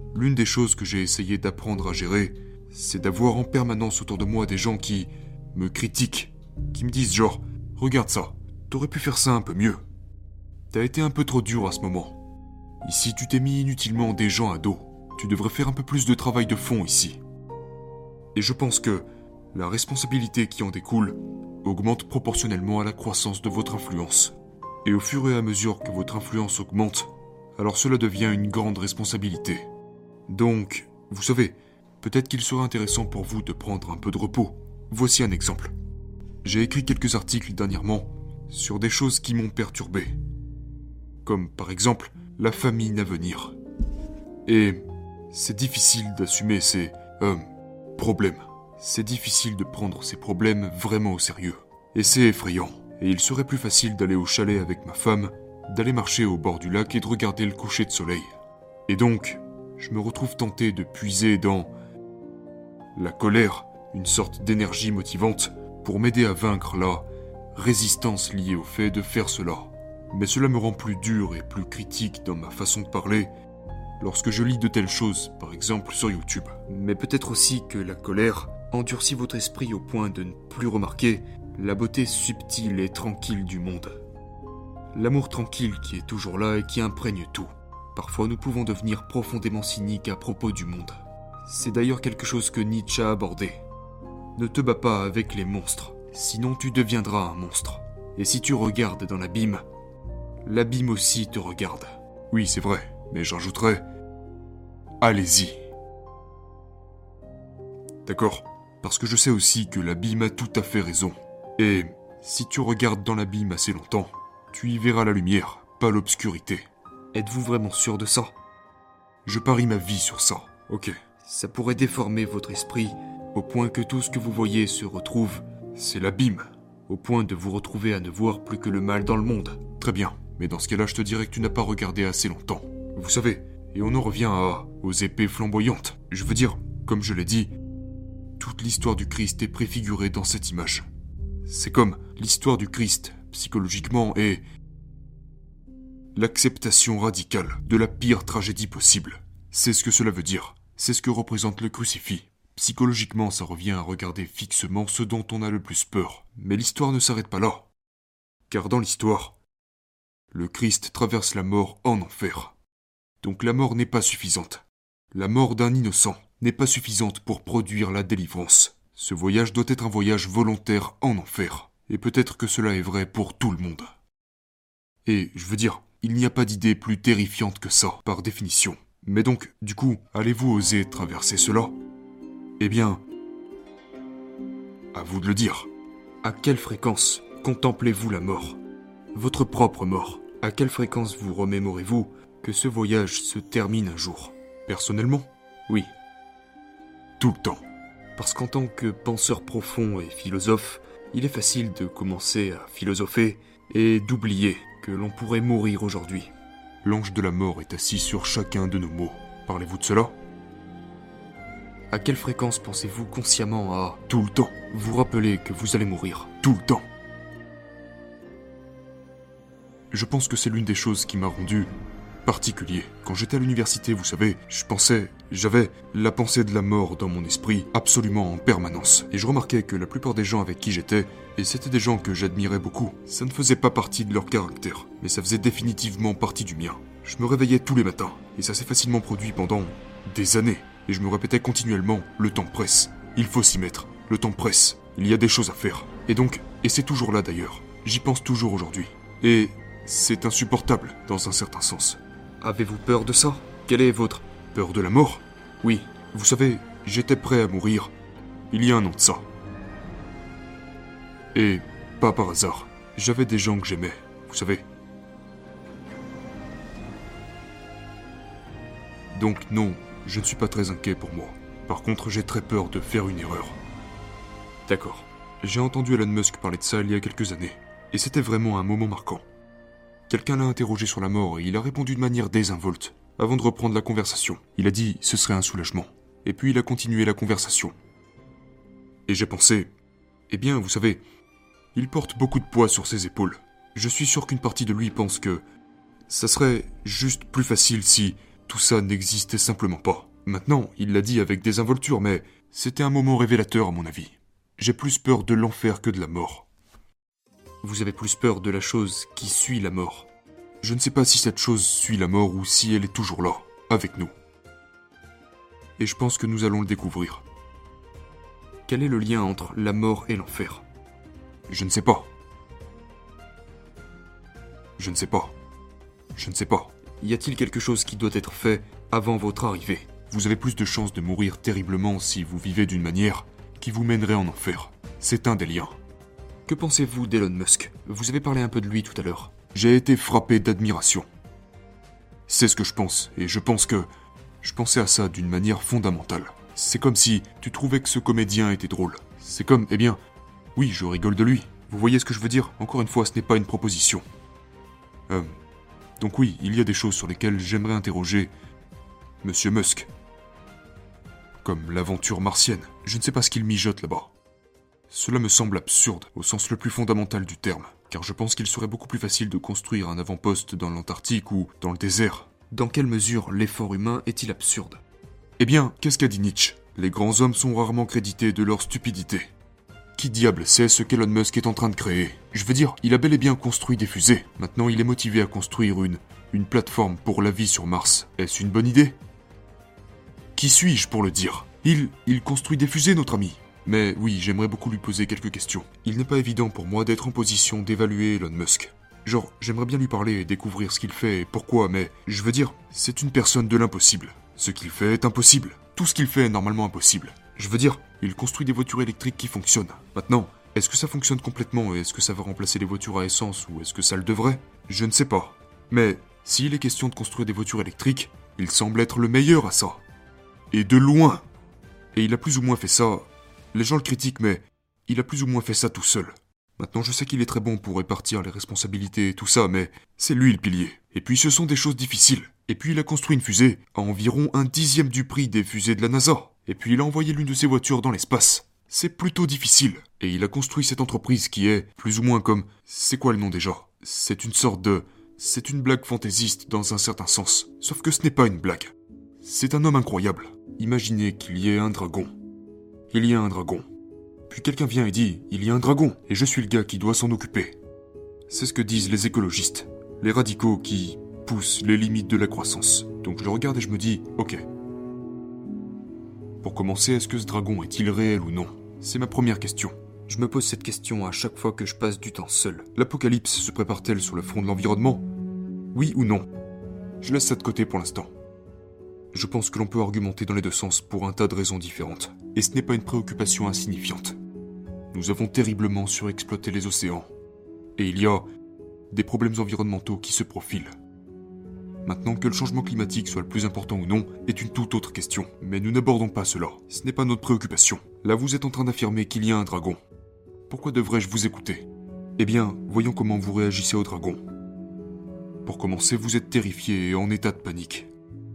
l'une des choses que j'ai essayé d'apprendre à gérer, c'est d'avoir en permanence autour de moi des gens qui me critiquent, qui me disent genre « Regarde ça, t'aurais pu faire ça un peu mieux. T'as été un peu trop dur à ce moment. Ici, tu t'es mis inutilement des gens à dos. Tu devrais faire un peu plus de travail de fond ici. » Et je pense que la responsabilité qui en découle augmente proportionnellement à la croissance de votre influence. Et au fur et à mesure que votre influence augmente, alors cela devient une grande responsabilité. Donc, vous savez, peut-être qu'il serait intéressant pour vous de prendre un peu de repos. Voici un exemple. J'ai écrit quelques articles dernièrement sur des choses qui m'ont perturbé. Comme par exemple la famine à venir. Et c'est difficile d'assumer ces problèmes. C'est difficile de prendre ces problèmes vraiment au sérieux. Et c'est effrayant. Et il serait plus facile d'aller au chalet avec ma femme, d'aller marcher au bord du lac et de regarder le coucher de soleil. Et donc, je me retrouve tenté de puiser dans la colère, une sorte d'énergie motivante pour m'aider à vaincre la résistance liée au fait de faire cela. Mais cela me rend plus dur et plus critique dans ma façon de parler lorsque je lis de telles choses, par exemple sur YouTube. Mais peut-être aussi que la colère endurcit votre esprit au point de ne plus remarquer la beauté subtile et tranquille du monde. L'amour tranquille qui est toujours là et qui imprègne tout. Parfois nous pouvons devenir profondément cyniques à propos du monde. C'est d'ailleurs quelque chose que Nietzsche a abordé. Ne te bats pas avec les monstres, sinon tu deviendras un monstre. Et si tu regardes dans l'abîme aussi te regarde. Oui, c'est vrai, mais j'ajouterais allez-y. D'accord, parce que je sais aussi que l'abîme a tout à fait raison. Et si tu regardes dans l'abîme assez longtemps, tu y verras la lumière, pas l'obscurité. Êtes-vous vraiment sûr de ça? Je parie ma vie sur ça. Ok. Ça pourrait déformer votre esprit au point que tout ce que vous voyez se retrouve, c'est l'abîme. Au point de vous retrouver à ne voir plus que le mal dans le monde. Très bien, mais dans ce cas-là, je te dirais que tu n'as pas regardé assez longtemps. Vous savez, et on en revient aux épées flamboyantes. Je veux dire, comme je l'ai dit, toute l'histoire du Christ est préfigurée dans cette image. C'est comme l'histoire du Christ, psychologiquement, est l'acceptation radicale de la pire tragédie possible. C'est ce que cela veut dire. C'est ce que représente le crucifix. Psychologiquement, ça revient à regarder fixement ce dont on a le plus peur. Mais l'histoire ne s'arrête pas là. Car dans l'histoire, le Christ traverse la mort en enfer. Donc la mort n'est pas suffisante. La mort d'un innocent n'est pas suffisante pour produire la délivrance. Ce voyage doit être un voyage volontaire en enfer. Et peut-être que cela est vrai pour tout le monde. Et je veux dire, il n'y a pas d'idée plus terrifiante que ça, par définition. Mais donc, du coup, allez-vous oser traverser cela? Eh bien, à vous de le dire. À quelle fréquence contemplez-vous la mort? Votre propre mort. À quelle fréquence vous remémorez-vous que ce voyage se termine un jour? Personnellement, oui. Tout le temps. Parce qu'en tant que penseur profond et philosophe, il est facile de commencer à philosopher et d'oublier que l'on pourrait mourir aujourd'hui. L'ange de la mort est assis sur chacun de nos mots. Parlez-vous de cela? À quelle fréquence pensez-vous consciemment à tout le temps vous rappeler que vous allez mourir? Tout le temps. Je pense que c'est l'une des choses qui m'a rendu particulier. Quand j'étais à l'université, vous savez, j'avais la pensée de la mort dans mon esprit absolument en permanence. Et je remarquais que la plupart des gens avec qui j'étais, et c'était des gens que j'admirais beaucoup, ça ne faisait pas partie de leur caractère, mais ça faisait définitivement partie du mien. Je me réveillais tous les matins, et ça s'est facilement produit pendant des années. Et je me répétais continuellement, le temps presse, il faut s'y mettre, le temps presse, il y a des choses à faire. Et donc, et c'est toujours là d'ailleurs, j'y pense toujours aujourd'hui. Et c'est insupportable dans un certain sens. Avez-vous peur de ça? Quelle est votre peur de la mort? Oui, vous savez, j'étais prêt à mourir il y a un an de ça. Et pas par hasard, j'avais des gens que j'aimais, vous savez. Donc non, je ne suis pas très inquiet pour moi. Par contre, j'ai très peur de faire une erreur. D'accord. J'ai entendu Elon Musk parler de ça il y a quelques années. Et c'était vraiment un moment marquant. Quelqu'un l'a interrogé sur la mort et il a répondu de manière désinvolte. Avant de reprendre la conversation, il a dit « ce serait un soulagement ». Et puis il a continué la conversation. Et j'ai pensé « eh bien, vous savez, il porte beaucoup de poids sur ses épaules. Je suis sûr qu'une partie de lui pense que ça serait juste plus facile si Tout ça n'existait simplement pas. Maintenant, il l'a dit avec désinvolture, mais c'était un moment révélateur à mon avis. J'ai plus peur de l'enfer que de la mort. Vous avez plus peur de la chose qui suit la mort. Je ne sais pas si cette chose suit la mort ou si elle est toujours là, avec nous. Et je pense que nous allons le découvrir. Quel est le lien entre la mort et l'enfer? Je ne sais pas. Je ne sais pas. Je ne sais pas. Y a-t-il quelque chose qui doit être fait avant votre arrivée? Vous avez plus de chances de mourir terriblement si vous vivez d'une manière qui vous mènerait en enfer. C'est un des liens. Que pensez-vous d'Elon Musk? Vous avez parlé un peu de lui tout à l'heure. J'ai été frappé d'admiration. C'est ce que je pense, et je pense que... Je pensais à ça d'une manière fondamentale. C'est comme si tu trouvais que ce comédien était drôle. C'est comme, eh bien... Oui, je rigole de lui. Vous voyez ce que je veux dire? Encore une fois, ce n'est pas une proposition. Donc oui, il y a des choses sur lesquelles j'aimerais interroger Monsieur Musk. Comme l'aventure martienne. Je ne sais pas ce qu'il mijote là-bas. Cela me semble absurde, au sens le plus fondamental du terme, car je pense qu'il serait beaucoup plus facile de construire un avant-poste dans l'Antarctique ou dans le désert. Dans quelle mesure l'effort humain est-il absurde? Eh bien, qu'est-ce qu'a dit Nietzsche? Les grands hommes sont rarement crédités de leur stupidité. Qui diable sait ce qu'Elon Musk est en train de créer? Je veux dire, il a bel et bien construit des fusées. Maintenant, il est motivé à construire une plateforme pour la vie sur Mars. Est-ce une bonne idée? Qui suis-je pour le dire? Il construit des fusées, notre ami. Mais oui, j'aimerais beaucoup lui poser quelques questions. Il n'est pas évident pour moi d'être en position d'évaluer Elon Musk. Genre, j'aimerais bien lui parler et découvrir ce qu'il fait et pourquoi, mais je veux dire, c'est une personne de l'impossible. Ce qu'il fait est impossible. Tout ce qu'il fait est normalement impossible. Je veux dire, il construit des voitures électriques qui fonctionnent. Maintenant, est-ce que ça fonctionne complètement et est-ce que ça va remplacer les voitures à essence ou est-ce que ça le devrait? Je ne sais pas. Mais s'il est question de construire des voitures électriques, il semble être le meilleur à ça. Et de loin. Et il a plus ou moins fait ça... Les gens le critiquent, mais il a plus ou moins fait ça tout seul. Maintenant, je sais qu'il est très bon pour répartir les responsabilités et tout ça, mais c'est lui le pilier. Et puis, ce sont des choses difficiles. Et puis, il a construit une fusée à environ 1/10 du prix des fusées de la NASA. Et puis, il a envoyé l'une de ses voitures dans l'espace. C'est plutôt difficile. Et il a construit cette entreprise qui est plus ou moins comme... C'est quoi le nom déjà? C'est une sorte de... C'est une blague fantaisiste dans un certain sens. Sauf que ce n'est pas une blague. C'est un homme incroyable. Imaginez qu'il y ait un dragon. Il y a un dragon. Puis quelqu'un vient et dit « Il y a un dragon, et je suis le gars qui doit s'en occuper. » C'est ce que disent les écologistes, les radicaux qui poussent les limites de la croissance. Donc je le regarde et je me dis « Ok. » Pour commencer, est-ce que ce dragon est-il réel ou non? C'est ma première question. Je me pose cette question à chaque fois que je passe du temps seul. L'apocalypse se prépare-t-elle sur le front de l'environnement? Oui ou non? Je laisse ça de côté pour l'instant. Je pense que l'on peut argumenter dans les deux sens pour un tas de raisons différentes. Et ce n'est pas une préoccupation insignifiante. Nous avons terriblement surexploité les océans. Et il y a des problèmes environnementaux qui se profilent. Maintenant, que le changement climatique soit le plus important ou non est une toute autre question. Mais nous n'abordons pas cela. Ce n'est pas notre préoccupation. Là, vous êtes en train d'affirmer qu'il y a un dragon. Pourquoi devrais-je vous écouter? Eh bien, voyons comment vous réagissez au dragon. Pour commencer, vous êtes terrifié et en état de panique.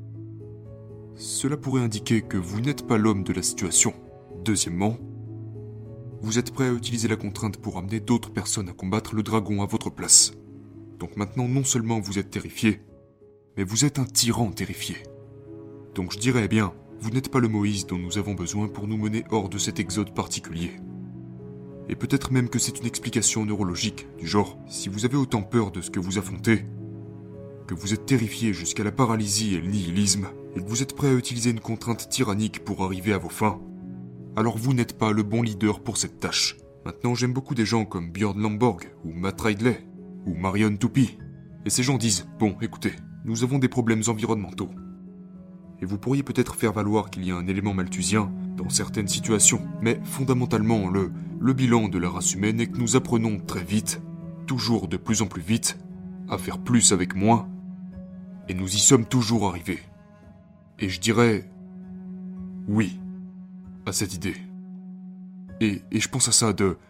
Cela pourrait indiquer que vous n'êtes pas l'homme de la situation. Deuxièmement, vous êtes prêt à utiliser la contrainte pour amener d'autres personnes à combattre le dragon à votre place. Donc maintenant, non seulement vous êtes terrifié, mais vous êtes un tyran terrifié. Donc je dirais, eh bien, vous n'êtes pas le Moïse dont nous avons besoin pour nous mener hors de cet exode particulier. Et peut-être même que c'est une explication neurologique, du genre, si vous avez autant peur de ce que vous affrontez, que vous êtes terrifié jusqu'à la paralysie et le nihilisme, et que vous êtes prêt à utiliser une contrainte tyrannique pour arriver à vos fins, alors vous n'êtes pas le bon leader pour cette tâche. Maintenant, j'aime beaucoup des gens comme Björn Lomborg, ou Matt Ridley, ou Marion Toupi. Et ces gens disent, bon, écoutez, nous avons des problèmes environnementaux. Et vous pourriez peut-être faire valoir qu'il y a un élément malthusien dans certaines situations, mais fondamentalement, le bilan de la race humaine est que nous apprenons très vite, toujours de plus en plus vite, à faire plus avec moins, et nous y sommes toujours arrivés. Et je dirais oui à cette idée. Et je pense à ça de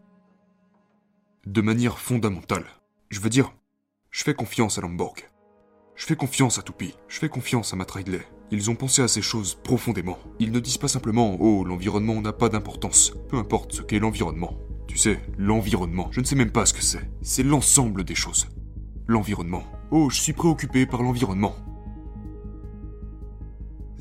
manière fondamentale. Je veux dire, je fais confiance à Lomborg. Je fais confiance à Toupi. Je fais confiance à Matt Ridley. Ils ont pensé à ces choses profondément. Ils ne disent pas simplement « Oh, l'environnement n'a pas d'importance. Peu importe ce qu'est l'environnement. » Tu sais, l'environnement, je ne sais même pas ce que c'est. C'est l'ensemble des choses. L'environnement. Oh, je suis préoccupé par l'environnement.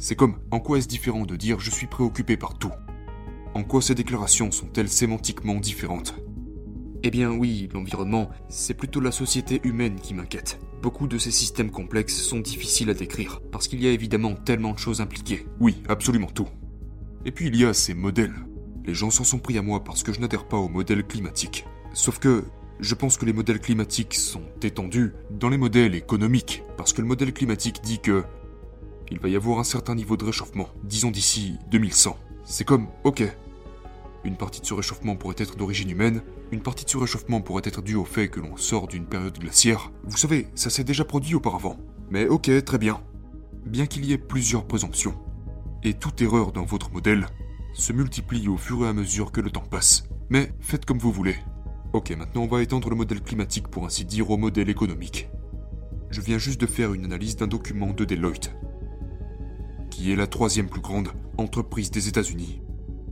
C'est comme, en quoi est-ce différent de dire « je suis préoccupé par tout » ? En quoi ces déclarations sont-elles sémantiquement différentes ? Eh bien oui, l'environnement, c'est plutôt la société humaine qui m'inquiète. Beaucoup de ces systèmes complexes sont difficiles à décrire, parce qu'il y a évidemment tellement de choses impliquées. Oui, absolument tout. Et puis il y a ces modèles. Les gens s'en sont pris à moi parce que je n'adhère pas au modèle climatique. Sauf que, je pense que les modèles climatiques sont étendus dans les modèles économiques, parce que le modèle climatique dit que il va y avoir un certain niveau de réchauffement, disons d'ici 2100. C'est comme, ok, une partie de ce réchauffement pourrait être d'origine humaine, une partie de ce réchauffement pourrait être due au fait que l'on sort d'une période glaciaire. Vous savez, ça s'est déjà produit auparavant. Mais ok, très bien. Bien qu'il y ait plusieurs présomptions. Et toute erreur dans votre modèle se multiplie au fur et à mesure que le temps passe. Mais faites comme vous voulez. Ok, maintenant on va étendre le modèle climatique pour ainsi dire au modèle économique. Je viens juste de faire une analyse d'un document de Deloitte, qui est la 3e plus grande entreprise des États-Unis.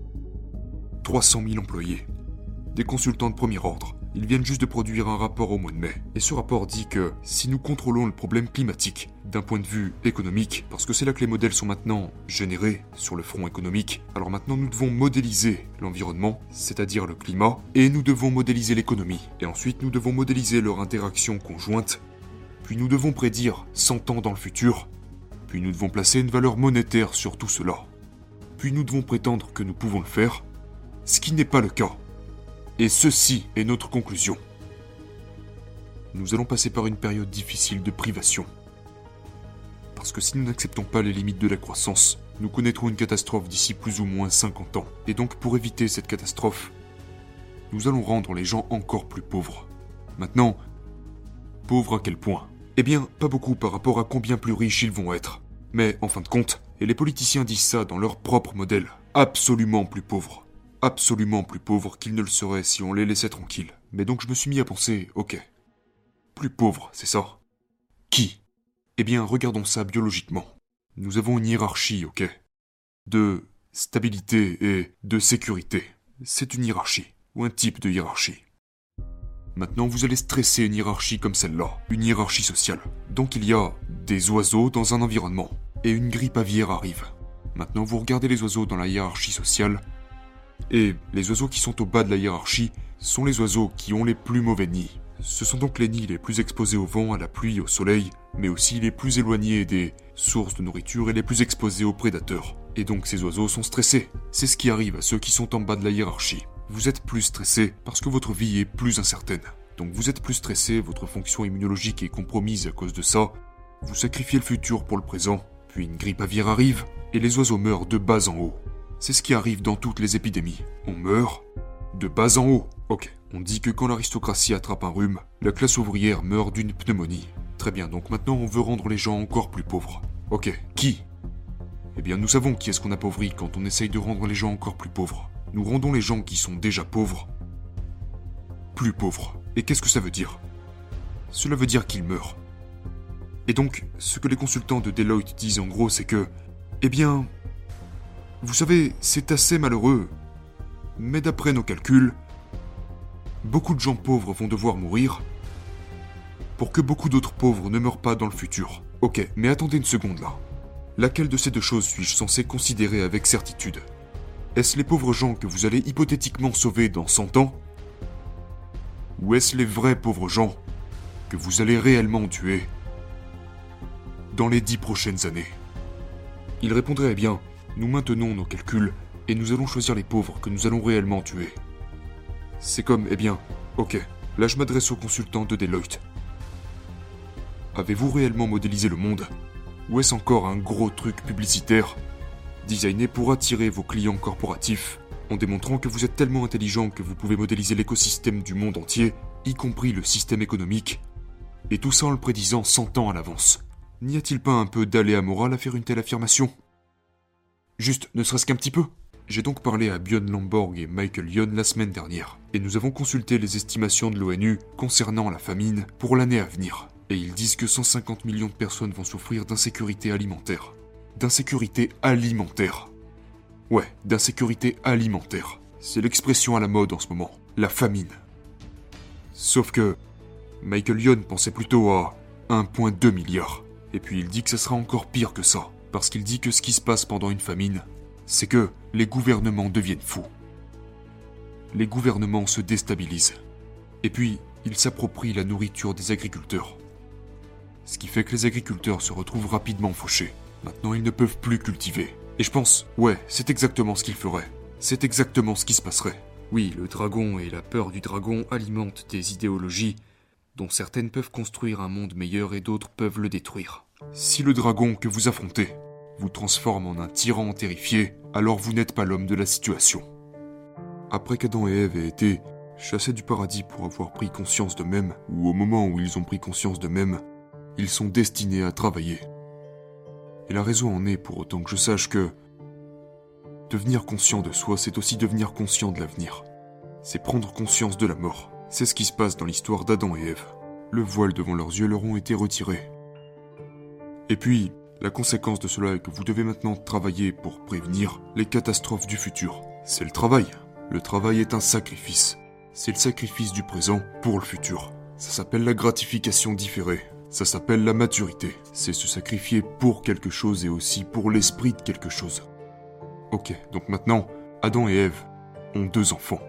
300 000 employés, des consultants de premier ordre. Ils viennent juste de produire un rapport au mois de mai. Et ce rapport dit que si nous contrôlons le problème climatique d'un point de vue économique, parce que c'est là que les modèles sont maintenant générés sur le front économique, alors maintenant nous devons modéliser l'environnement, c'est-à-dire le climat, et nous devons modéliser l'économie. Et ensuite nous devons modéliser leur interaction conjointe, puis nous devons prédire 100 ans dans le futur, puis nous devons placer une valeur monétaire sur tout cela. Puis nous devons prétendre que nous pouvons le faire, ce qui n'est pas le cas. Et ceci est notre conclusion. Nous allons passer par une période difficile de privation. Parce que si nous n'acceptons pas les limites de la croissance, nous connaîtrons une catastrophe d'ici plus ou moins 50 ans. Et donc pour éviter cette catastrophe, nous allons rendre les gens encore plus pauvres. Maintenant, pauvres à quel point ? Eh bien, pas beaucoup par rapport à combien plus riches ils vont être. Mais en fin de compte, et les politiciens disent ça dans leur propre modèle, absolument plus pauvres. Absolument plus pauvres qu'ils ne le seraient si on les laissait tranquilles. Mais donc je me suis mis à penser, ok, plus pauvres, c'est ça ? Qui ? Eh bien, regardons ça biologiquement. Nous avons une hiérarchie, ok ? De stabilité et de sécurité. C'est une hiérarchie, ou un type de hiérarchie. Maintenant, vous allez stresser une hiérarchie comme celle-là, une hiérarchie sociale. Donc il y a des oiseaux dans un environnement, et une grippe aviaire arrive. Maintenant, vous regardez les oiseaux dans la hiérarchie sociale, et les oiseaux qui sont au bas de la hiérarchie sont les oiseaux qui ont les plus mauvais nids. Ce sont donc les nids les plus exposés au vent, à la pluie, au soleil, mais aussi les plus éloignés des sources de nourriture et les plus exposés aux prédateurs. Et donc ces oiseaux sont stressés. C'est ce qui arrive à ceux qui sont en bas de la hiérarchie. Vous êtes plus stressé parce que votre vie est plus incertaine. Donc vous êtes plus stressé, votre fonction immunologique est compromise à cause de ça. Vous sacrifiez le futur pour le présent, puis une grippe aviaire arrive, et les oiseaux meurent de bas en haut. C'est ce qui arrive dans toutes les épidémies. On meurt de bas en haut. Ok, on dit que quand l'aristocratie attrape un rhume, la classe ouvrière meurt d'une pneumonie. Très bien, donc maintenant on veut rendre les gens encore plus pauvres. Ok, qui ? Eh bien nous savons qui est-ce qu'on appauvrit quand on essaye de rendre les gens encore plus pauvres. Nous rendons les gens qui sont déjà pauvres plus pauvres. Et qu'est-ce que ça veut dire ? Cela veut dire qu'ils meurent. Et donc, ce que les consultants de Deloitte disent en gros, c'est que, eh bien, vous savez, c'est assez malheureux, mais d'après nos calculs, beaucoup de gens pauvres vont devoir mourir pour que beaucoup d'autres pauvres ne meurent pas dans le futur. Ok, mais attendez une seconde là. Laquelle de ces deux choses suis-je censé considérer avec certitude ? Est-ce les pauvres gens que vous allez hypothétiquement sauver dans 100 ans ? Ou est-ce les vrais pauvres gens que vous allez réellement tuer dans les 10 prochaines années ? Il répondrait, eh bien, nous maintenons nos calculs et nous allons choisir les pauvres que nous allons réellement tuer. C'est comme, eh bien, ok, là je m'adresse aux consultants de Deloitte. Avez-vous réellement modélisé le monde ? Ou est-ce encore un gros truc publicitaire, designé pour attirer vos clients corporatifs, en démontrant que vous êtes tellement intelligent que vous pouvez modéliser l'écosystème du monde entier, y compris le système économique, et tout ça en le prédisant 100 ans à l'avance ? N'y a-t-il pas un peu d'aléa moral à faire une telle affirmation ? Juste, ne serait-ce qu'un petit peu. J'ai donc parlé à Björn Lomborg et Michael Yon la semaine dernière, et nous avons consulté les estimations de l'ONU concernant la famine pour l'année à venir. Et ils disent que 150 millions de personnes vont souffrir d'insécurité alimentaire. D'insécurité alimentaire. Ouais, d'insécurité alimentaire. C'est l'expression à la mode en ce moment. La famine. Sauf que Michael Yon pensait plutôt à 1,2 milliard. Et puis il dit que ça sera encore pire que ça. Parce qu'il dit que ce qui se passe pendant une famine, c'est que les gouvernements deviennent fous. Les gouvernements se déstabilisent. Et puis, ils s'approprient la nourriture des agriculteurs. Ce qui fait que les agriculteurs se retrouvent rapidement fauchés. Maintenant, ils ne peuvent plus cultiver. Et je pense, ouais, c'est exactement ce qu'ils feraient. C'est exactement ce qui se passerait. Oui, le dragon et la peur du dragon alimentent des idéologies dont certaines peuvent construire un monde meilleur et d'autres peuvent le détruire. Si le dragon que vous affrontez vous transforme en un tyran terrifié, alors vous n'êtes pas l'homme de la situation. Après qu'Adam et Ève aient été chassés du paradis pour avoir pris conscience d'eux-mêmes, ou au moment où ils ont pris conscience d'eux-mêmes, ils sont destinés à travailler. Et la raison en est pour autant que je sache que devenir conscient de soi, c'est aussi devenir conscient de l'avenir. C'est prendre conscience de la mort. C'est ce qui se passe dans l'histoire d'Adam et Ève. Le voile devant leurs yeux leur ont été retirés. Et puis, la conséquence de cela est que vous devez maintenant travailler pour prévenir les catastrophes du futur. C'est le travail. Le travail est un sacrifice. C'est le sacrifice du présent pour le futur. Ça s'appelle la gratification différée. Ça s'appelle la maturité. C'est se sacrifier pour quelque chose et aussi pour l'esprit de quelque chose. Ok, donc maintenant, Adam et Ève ont 2 enfants.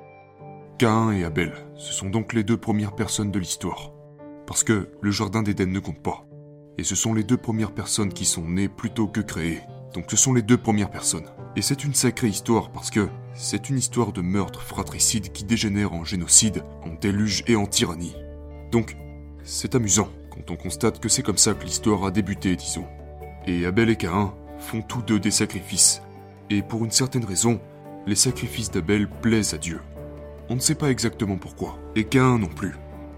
Caïn et Abel, ce sont donc les 2 premières personnes de l'histoire. Parce que le jardin d'Éden ne compte pas. Et ce sont les 2 premières personnes qui sont nées plutôt que créées. Donc ce sont les 2 premières personnes. Et c'est une sacrée histoire parce que c'est une histoire de meurtre fratricide qui dégénère en génocide, en déluge et en tyrannie. Donc, c'est amusant quand on constate que c'est comme ça que l'histoire a débuté, disons. Et Abel et Caïn font tous 2 des sacrifices. Et pour une certaine raison, les sacrifices d'Abel plaisent à Dieu. On ne sait pas exactement pourquoi, et Caïn non plus.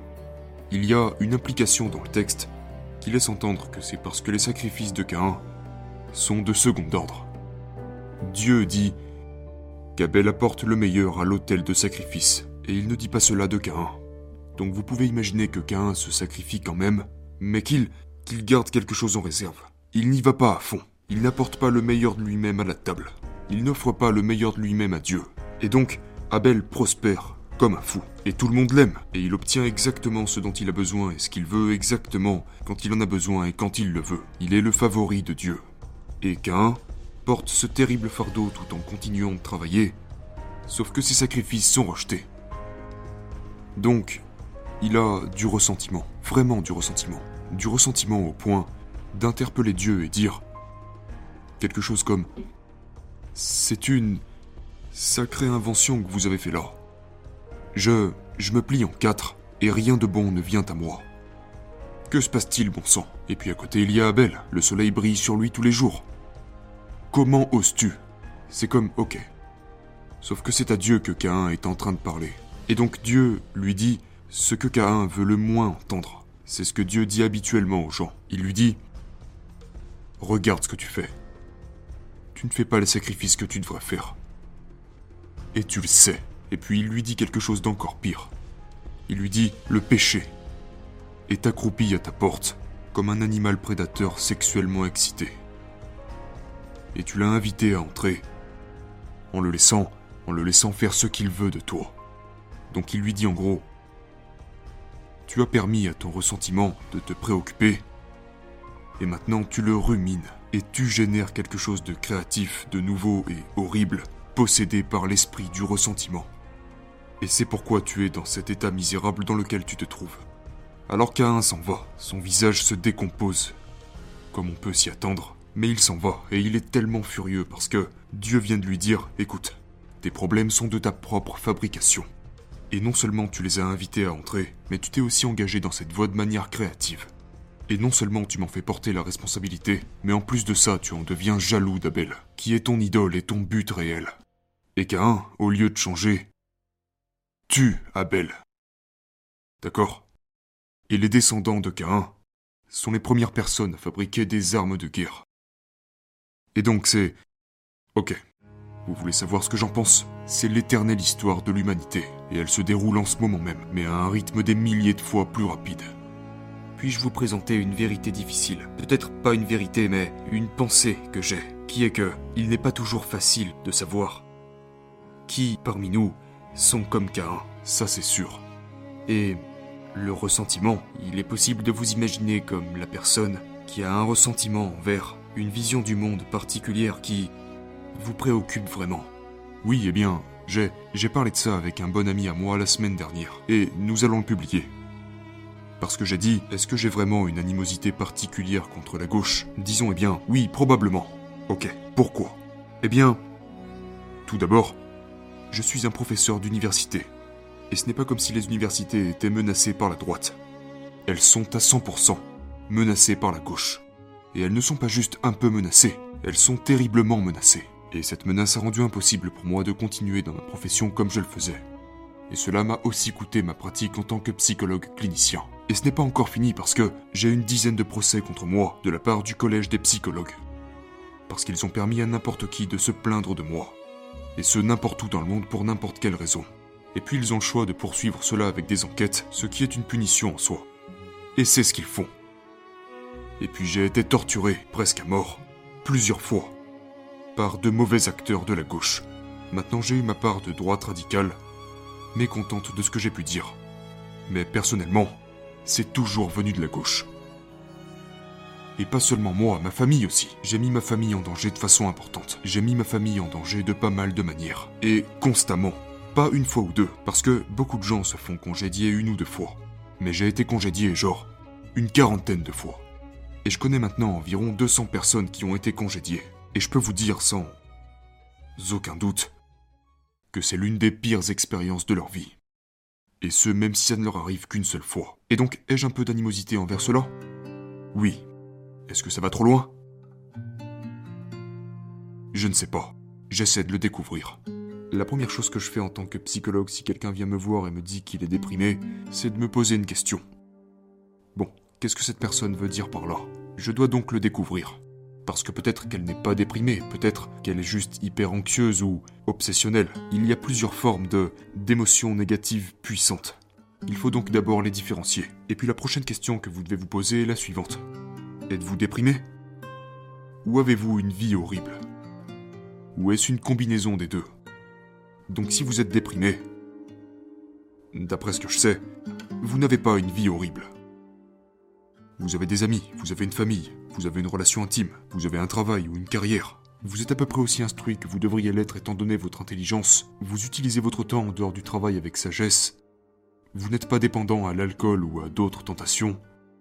Il y a une implication dans le texte qui laisse entendre que c'est parce que les sacrifices de Caïn sont de second ordre. Dieu dit qu'Abel apporte le meilleur à l'autel de sacrifice, et il ne dit pas cela de Caïn. Donc vous pouvez imaginer que Caïn se sacrifie quand même, mais qu'il garde quelque chose en réserve. Il n'y va pas à fond. Il n'apporte pas le meilleur de lui-même à la table. Il n'offre pas le meilleur de lui-même à Dieu. Et donc, Abel prospère comme un fou. Et tout le monde l'aime. Et il obtient exactement ce dont il a besoin et ce qu'il veut exactement quand il en a besoin et quand il le veut. Il est le favori de Dieu. Et Caïn porte ce terrible fardeau tout en continuant de travailler. Sauf que ses sacrifices sont rejetés. Donc, il a du ressentiment. Vraiment du ressentiment. Du ressentiment au point d'interpeller Dieu et dire quelque chose comme « C'est une sacrée invention que vous avez fait là. Je me plie en 4 et rien de bon ne vient à moi. Que se passe-t-il, bon sang ?» Et puis à côté, il y a Abel. Le soleil brille sur lui tous les jours. Comment oses-tu ? C'est comme « ok ». Sauf que c'est à Dieu que Caïn est en train de parler. Et donc Dieu lui dit ce que Caïn veut le moins entendre. C'est ce que Dieu dit habituellement aux gens. Il lui dit « Regarde ce que tu fais. Tu ne fais pas les sacrifices que tu devrais faire. Et tu le sais. » Et puis il lui dit quelque chose d'encore pire. Il lui dit « Le péché est accroupi à ta porte comme un animal prédateur sexuellement excité. Et tu l'as invité à entrer en le laissant faire ce qu'il veut de toi. » Donc il lui dit en gros « Tu as permis à ton ressentiment de te préoccuper et maintenant tu le rumines. Et tu génères quelque chose de créatif, de nouveau et horrible, possédé par l'esprit du ressentiment. Et c'est pourquoi tu es dans cet état misérable dans lequel tu te trouves. » Alors Caïn s'en va, son visage se décompose, comme on peut s'y attendre, mais il s'en va, et il est tellement furieux parce que Dieu vient de lui dire « Écoute, tes problèmes sont de ta propre fabrication. Et non seulement tu les as invités à entrer, mais tu t'es aussi engagé dans cette voie de manière créative. Et non seulement tu m'en fais porter la responsabilité, mais en plus de ça, tu en deviens jaloux d'Abel, qui est ton idole et ton but réel. Et Caïn, au lieu de changer, tue Abel. D'accord ? Et les descendants de Caïn sont les premières personnes à fabriquer des armes de guerre. Et donc c'est... Ok, vous voulez savoir ce que j'en pense ? C'est l'éternelle histoire de l'humanité, et elle se déroule en ce moment même, mais à un rythme des milliers de fois plus rapide. Puis-je vous présenter une vérité difficile ? Peut-être pas une vérité, mais une pensée que j'ai, qui est que il n'est pas toujours facile de savoir qui, parmi nous, sont comme Caïn, ça c'est sûr. Et le ressentiment, il est possible de vous imaginer comme la personne qui a un ressentiment envers une vision du monde particulière qui vous préoccupe vraiment. Oui, eh bien, j'ai parlé de ça avec un bon ami à moi la semaine dernière, et nous allons le publier. Parce que j'ai dit, est-ce que j'ai vraiment une animosité particulière contre la gauche? Disons, eh bien, oui, probablement. Ok, pourquoi? Eh bien, tout d'abord, je suis un professeur d'université. Et ce n'est pas comme si les universités étaient menacées par la droite. Elles sont à 100% menacées par la gauche. Et elles ne sont pas juste un peu menacées, elles sont terriblement menacées. Et cette menace a rendu impossible pour moi de continuer dans ma profession comme je le faisais. Et cela m'a aussi coûté ma pratique en tant que psychologue clinicien. Et ce n'est pas encore fini parce que j'ai une dizaine de procès contre moi de la part du collège des psychologues. Parce qu'ils ont permis à n'importe qui de se plaindre de moi. Et ce n'importe où dans le monde pour n'importe quelle raison. Et puis ils ont le choix de poursuivre cela avec des enquêtes, ce qui est une punition en soi. Et c'est ce qu'ils font. Et puis j'ai été torturé, presque à mort, plusieurs fois, par de mauvais acteurs de la gauche. Maintenant j'ai eu ma part de droite radicale, mécontente de ce que j'ai pu dire. Mais personnellement, c'est toujours venu de la gauche. Et pas seulement moi, ma famille aussi. J'ai mis ma famille en danger de façon importante. J'ai mis ma famille en danger de pas mal de manières. Et constamment. Pas une fois ou deux, parce que beaucoup de gens se font congédier une ou deux fois. Mais j'ai été congédié genre une quarantaine de fois. Et je connais maintenant environ 200 personnes qui ont été congédiées. Et je peux vous dire sans aucun doute que c'est l'une des pires expériences de leur vie. Et ce, même si ça ne leur arrive qu'une seule fois. Et donc, ai-je un peu d'animosité envers cela? Oui. Est-ce que ça va trop loin? Je ne sais pas. J'essaie de le découvrir. La première chose que je fais en tant que psychologue si quelqu'un vient me voir et me dit qu'il est déprimé, c'est de me poser une question. Bon, qu'est-ce que cette personne veut dire par là? Je dois donc le découvrir. Parce que peut-être qu'elle n'est pas déprimée, peut-être qu'elle est juste hyper anxieuse ou obsessionnelle. Il y a plusieurs formes d'émotions négatives puissantes. Il faut donc d'abord les différencier. Et puis la prochaine question que vous devez vous poser est la suivante. Êtes-vous déprimé? Ou avez-vous une vie horrible? Ou est-ce une combinaison des deux? Donc si vous êtes déprimé, d'après ce que je sais, vous n'avez pas une vie horrible. Vous avez des amis, vous avez une famille, vous avez une relation intime, vous avez un travail ou une carrière. Vous êtes à peu près aussi instruit que vous devriez l'être étant donné votre intelligence. Vous utilisez votre temps en dehors du travail avec sagesse. Vous n'êtes pas dépendant à l'alcool ou à d'autres tentations.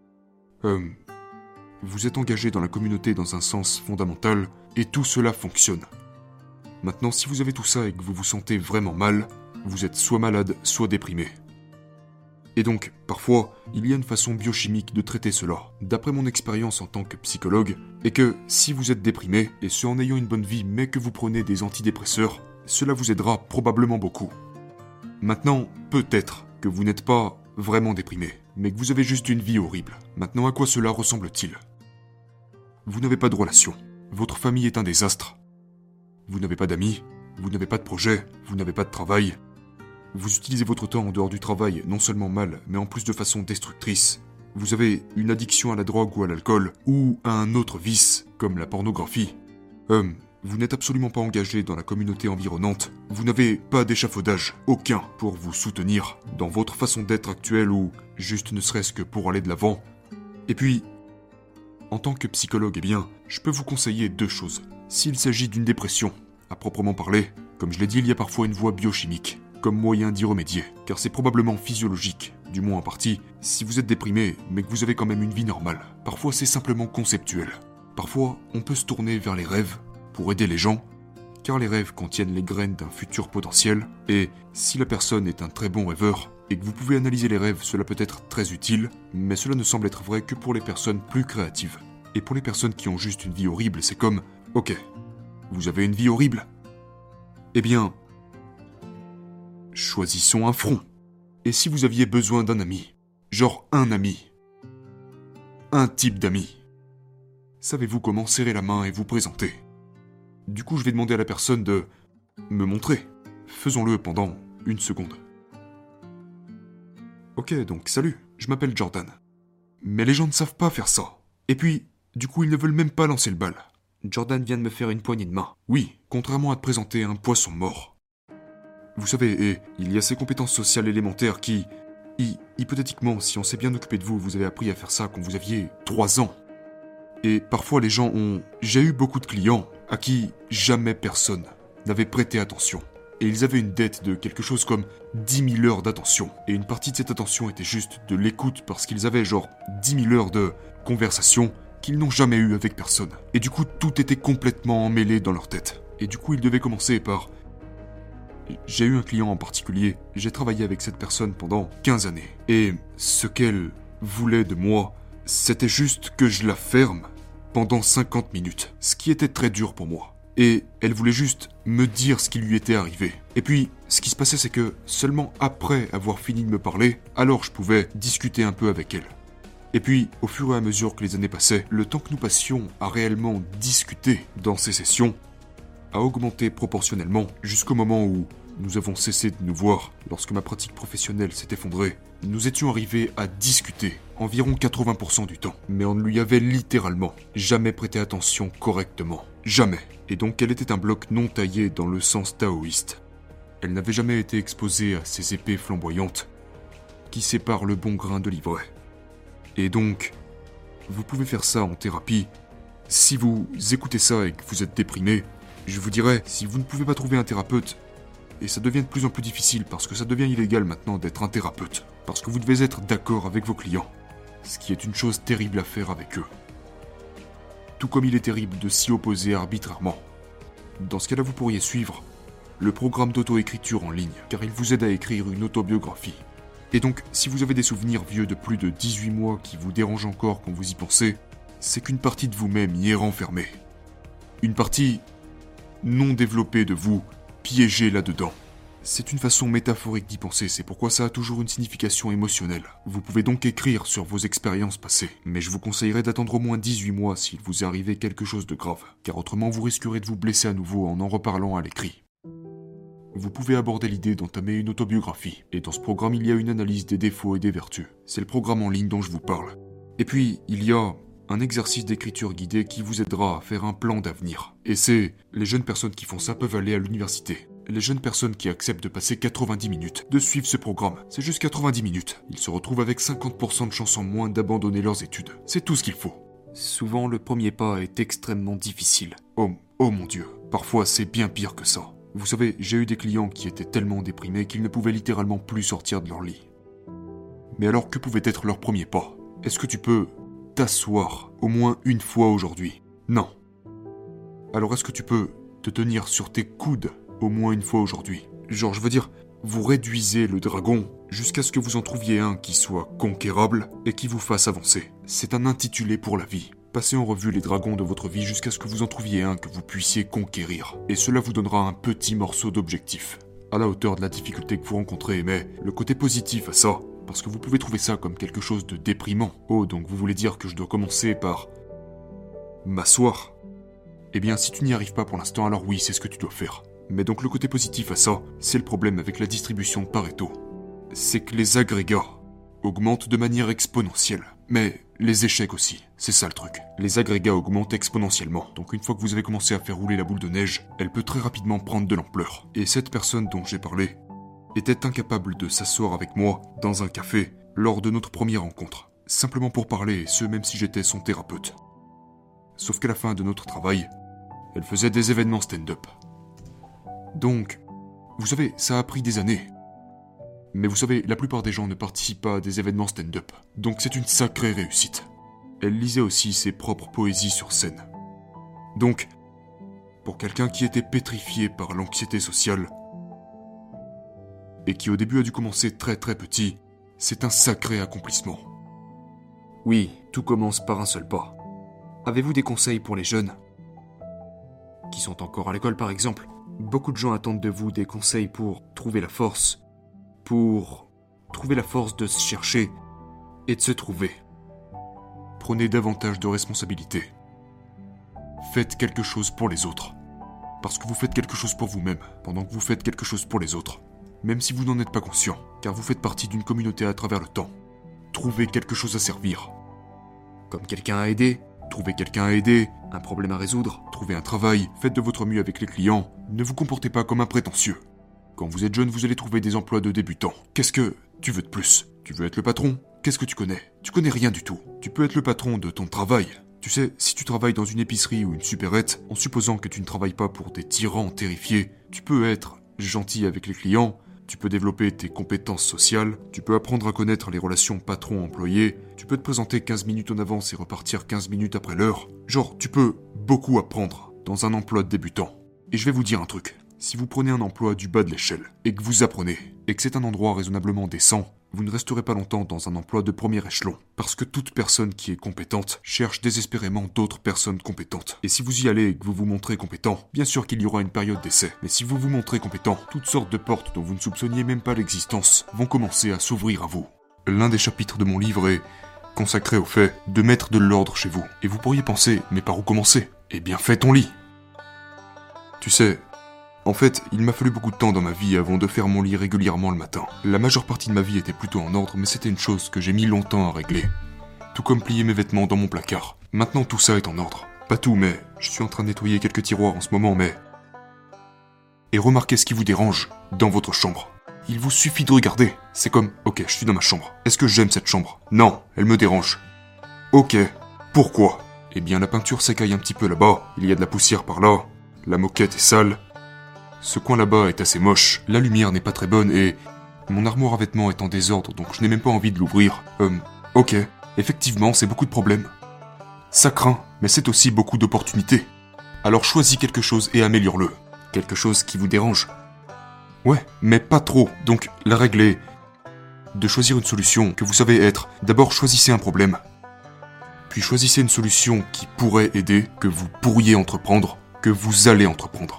Vous êtes engagé dans la communauté dans un sens fondamental, et tout cela fonctionne. Maintenant, si vous avez tout ça et que vous vous sentez vraiment mal, vous êtes soit malade, soit déprimé. Et donc, parfois, il y a une façon biochimique de traiter cela, d'après mon expérience en tant que psychologue, et que si vous êtes déprimé, et ce en ayant une bonne vie, mais que vous prenez des antidépresseurs, cela vous aidera probablement beaucoup. Maintenant, peut-être que vous n'êtes pas vraiment déprimé, mais que vous avez juste une vie horrible. Maintenant, à quoi cela ressemble-t-il? Vous n'avez pas de relation, votre famille est un désastre. Vous n'avez pas d'amis, vous n'avez pas de projet, vous n'avez pas de travail. Vous utilisez votre temps en dehors du travail, non seulement mal, mais en plus de façon destructrice. Vous avez une addiction à la drogue ou à l'alcool, ou à un autre vice, comme la pornographie. Vous n'êtes absolument pas engagé dans la communauté environnante. Vous n'avez pas d'échafaudage, aucun, pour vous soutenir dans votre façon d'être actuelle ou juste ne serait-ce que pour aller de l'avant. Et puis, en tant que psychologue, eh bien, je peux vous conseiller deux choses. S'il s'agit d'une dépression, à proprement parler, comme je l'ai dit, il y a parfois une voie biochimique, comme moyen d'y remédier, car c'est probablement physiologique, du moins en partie, si vous êtes déprimé, mais que vous avez quand même une vie normale. Parfois c'est simplement conceptuel. Parfois, on peut se tourner vers les rêves, pour aider les gens, car les rêves contiennent les graines d'un futur potentiel, et si la personne est un très bon rêveur, et que vous pouvez analyser les rêves, cela peut être très utile, mais cela ne semble être vrai que pour les personnes plus créatives. Et pour les personnes qui ont juste une vie horrible, c'est comme... Ok, vous avez une vie horrible? Eh bien, choisissons un front. Et si vous aviez besoin d'un ami, genre un ami, un type d'ami, savez-vous comment serrer la main et vous présenter? Du coup, je vais demander à la personne de me montrer. Faisons-le pendant une seconde. Ok, donc salut, je m'appelle Jordan. Mais les gens ne savent pas faire ça. Et puis, du coup, ils ne veulent même pas lancer le bal. Jordan vient de me faire une poignée de main. Oui, contrairement à te présenter un poisson mort. Vous savez, et il y a ces compétences sociales élémentaires qui... hypothétiquement, si on s'est bien occupé de vous, vous avez appris à faire ça quand vous aviez 3 ans. Et parfois les gens ont... J'ai eu beaucoup de clients à qui jamais personne n'avait prêté attention. Et ils avaient une dette de quelque chose comme 10 000 heures d'attention. Et une partie de cette attention était juste de l'écoute parce qu'ils avaient genre 10 000 heures de conversation qu'ils n'ont jamais eu avec personne. Et du coup, tout était complètement emmêlé dans leur tête. Et du coup, ils devaient commencer par... J'ai eu un client en particulier, j'ai travaillé avec cette personne pendant 15 années. Et ce qu'elle voulait de moi, c'était juste que je la ferme pendant 50 minutes. Ce qui était très dur pour moi. Et elle voulait juste me dire ce qui lui était arrivé. Et puis, ce qui se passait, c'est que seulement après avoir fini de me parler, alors je pouvais discuter un peu avec elle. Et puis, au fur et à mesure que les années passaient, le temps que nous passions à réellement discuter dans ces sessions a augmenté proportionnellement jusqu'au moment où nous avons cessé de nous voir. Lorsque ma pratique professionnelle s'est effondrée, nous étions arrivés à discuter environ 80% du temps. Mais on ne lui avait littéralement jamais prêté attention correctement. Jamais. Et donc elle était un bloc non taillé dans le sens taoïste. Elle n'avait jamais été exposée à ces épées flamboyantes qui séparent le bon grain de l'ivraie. Et donc, vous pouvez faire ça en thérapie. Si vous écoutez ça et que vous êtes déprimé, je vous dirais, si vous ne pouvez pas trouver un thérapeute, et ça devient de plus en plus difficile parce que ça devient illégal maintenant d'être un thérapeute, parce que vous devez être d'accord avec vos clients, ce qui est une chose terrible à faire avec eux. Tout comme il est terrible de s'y opposer arbitrairement. Dans ce cas-là, vous pourriez suivre le programme d'auto-écriture en ligne, car il vous aide à écrire une autobiographie. Et donc, si vous avez des souvenirs vieux de plus de 18 mois qui vous dérangent encore quand vous y pensez, c'est qu'une partie de vous-même y est renfermée. Une partie non développée de vous, piégée là-dedans. C'est une façon métaphorique d'y penser, c'est pourquoi ça a toujours une signification émotionnelle. Vous pouvez donc écrire sur vos expériences passées, mais je vous conseillerais d'attendre au moins 18 mois s'il vous est arrivé quelque chose de grave, car autrement vous risquerez de vous blesser à nouveau en reparlant à l'écrit. Vous pouvez aborder l'idée d'entamer une autobiographie, et dans ce programme il y a une analyse des défauts et des vertus. C'est le programme en ligne dont je vous parle. Et puis, il y a un exercice d'écriture guidée qui vous aidera à faire un plan d'avenir. Et les jeunes personnes qui font ça peuvent aller à l'université. Les jeunes personnes qui acceptent de passer 90 minutes, de suivre ce programme, c'est juste 90 minutes. Ils se retrouvent avec 50% de chances en moins d'abandonner leurs études. C'est tout ce qu'il faut. Souvent, le premier pas est extrêmement difficile. Oh mon Dieu, parfois c'est bien pire que ça. Vous savez, j'ai eu des clients qui étaient tellement déprimés qu'ils ne pouvaient littéralement plus sortir de leur lit. Mais alors, que pouvait être leur premier pas? Est-ce que tu peux t'asseoir au moins une fois aujourd'hui? Non. Alors est-ce que tu peux te tenir sur tes coudes au moins une fois aujourd'hui? Genre, je veux dire, vous réduisez le dragon jusqu'à ce que vous en trouviez un qui soit conquérable et qui vous fasse avancer. C'est un intitulé pour la vie. Passez en revue les dragons de votre vie jusqu'à ce que vous en trouviez un que vous puissiez conquérir. Et cela vous donnera un petit morceau d'objectif, à la hauteur de la difficulté que vous rencontrez, mais le côté positif à ça, parce que vous pouvez trouver ça comme quelque chose de déprimant. Oh, donc vous voulez dire que je dois commencer par m'asseoir? Eh bien, si tu n'y arrives pas pour l'instant, alors oui, c'est ce que tu dois faire. Mais donc le côté positif à ça, c'est le problème avec la distribution de Pareto. C'est que les agrégats augmentent de manière exponentielle. Mais les échecs aussi, c'est ça le truc. Les agrégats augmentent exponentiellement. Donc une fois que vous avez commencé à faire rouler la boule de neige, elle peut très rapidement prendre de l'ampleur. Et cette personne dont j'ai parlé était incapable de s'asseoir avec moi dans un café lors de notre première rencontre. Simplement pour parler, et ce même si j'étais son thérapeute. Sauf qu'à la fin de notre travail, elle faisait des événements stand-up. Donc, vous savez, ça a pris des années. Mais vous savez, la plupart des gens ne participent pas à des événements stand-up. Donc c'est une sacrée réussite. Elle lisait aussi ses propres poésies sur scène. Donc, pour quelqu'un qui était pétrifié par l'anxiété sociale, et qui au début a dû commencer très très petit, c'est un sacré accomplissement. Oui, tout commence par un seul pas. Avez-vous des conseils pour les jeunes qui sont encore à l'école par exemple? Beaucoup de gens attendent de vous des conseils pour trouver la force, de se chercher et de se trouver. Prenez davantage de responsabilités. Faites quelque chose pour les autres. Parce que vous faites quelque chose pour vous-même, pendant que vous faites quelque chose pour les autres. Même si vous n'en êtes pas conscient, car vous faites partie d'une communauté à travers le temps. Trouvez quelque chose à servir. Comme quelqu'un à aider, trouvez quelqu'un à aider, un problème à résoudre, trouvez un travail, faites de votre mieux avec les clients, ne vous comportez pas comme un prétentieux. Quand vous êtes jeune, vous allez trouver des emplois de débutants. Qu'est-ce que tu veux de plus? Tu veux être le patron? Qu'est-ce que tu connais? Tu connais rien du tout. Tu peux être le patron de ton travail. Tu sais, si tu travailles dans une épicerie ou une supérette, en supposant que tu ne travailles pas pour des tyrans terrifiés, tu peux être gentil avec les clients, tu peux développer tes compétences sociales, tu peux apprendre à connaître les relations patron-employé, tu peux te présenter 15 minutes en avance et repartir 15 minutes après l'heure. Genre, tu peux beaucoup apprendre dans un emploi de débutant. Et je vais vous dire un truc. Si vous prenez un emploi du bas de l'échelle, et que vous apprenez, et que c'est un endroit raisonnablement décent, vous ne resterez pas longtemps dans un emploi de premier échelon. Parce que toute personne qui est compétente cherche désespérément d'autres personnes compétentes. Et si vous y allez et que vous vous montrez compétent, bien sûr qu'il y aura une période d'essai. Mais si vous vous montrez compétent, toutes sortes de portes dont vous ne soupçonniez même pas l'existence vont commencer à s'ouvrir à vous. L'un des chapitres de mon livre est consacré au fait de mettre de l'ordre chez vous. Et vous pourriez penser, mais par où commencer ? Eh bien, fais ton lit. Tu sais, en fait, il m'a fallu beaucoup de temps dans ma vie avant de faire mon lit régulièrement le matin. La majeure partie de ma vie était plutôt en ordre, mais c'était une chose que j'ai mis longtemps à régler. Tout comme plier mes vêtements dans mon placard. Maintenant, tout ça est en ordre. Pas tout, mais je suis en train de nettoyer quelques tiroirs en ce moment, mais... Et remarquez ce qui vous dérange dans votre chambre. Il vous suffit de regarder. C'est comme, ok, je suis dans ma chambre. Est-ce que j'aime cette chambre ? Non, elle me dérange. Ok, pourquoi ? Eh bien, la peinture s'écaille un petit peu là-bas. Il y a de la poussière par là. La moquette est sale. Ce coin là-bas est assez moche, la lumière n'est pas très bonne et... Mon armoire à vêtements est en désordre, donc je n'ai même pas envie de l'ouvrir. Ok, effectivement, c'est beaucoup de problèmes. Ça craint, mais c'est aussi beaucoup d'opportunités. Alors choisis quelque chose et améliore-le. Quelque chose qui vous dérange. Ouais, mais pas trop, donc la règle est... de choisir une solution que vous savez être. D'abord choisissez un problème. Puis choisissez une solution qui pourrait aider, que vous pourriez entreprendre, que vous allez entreprendre.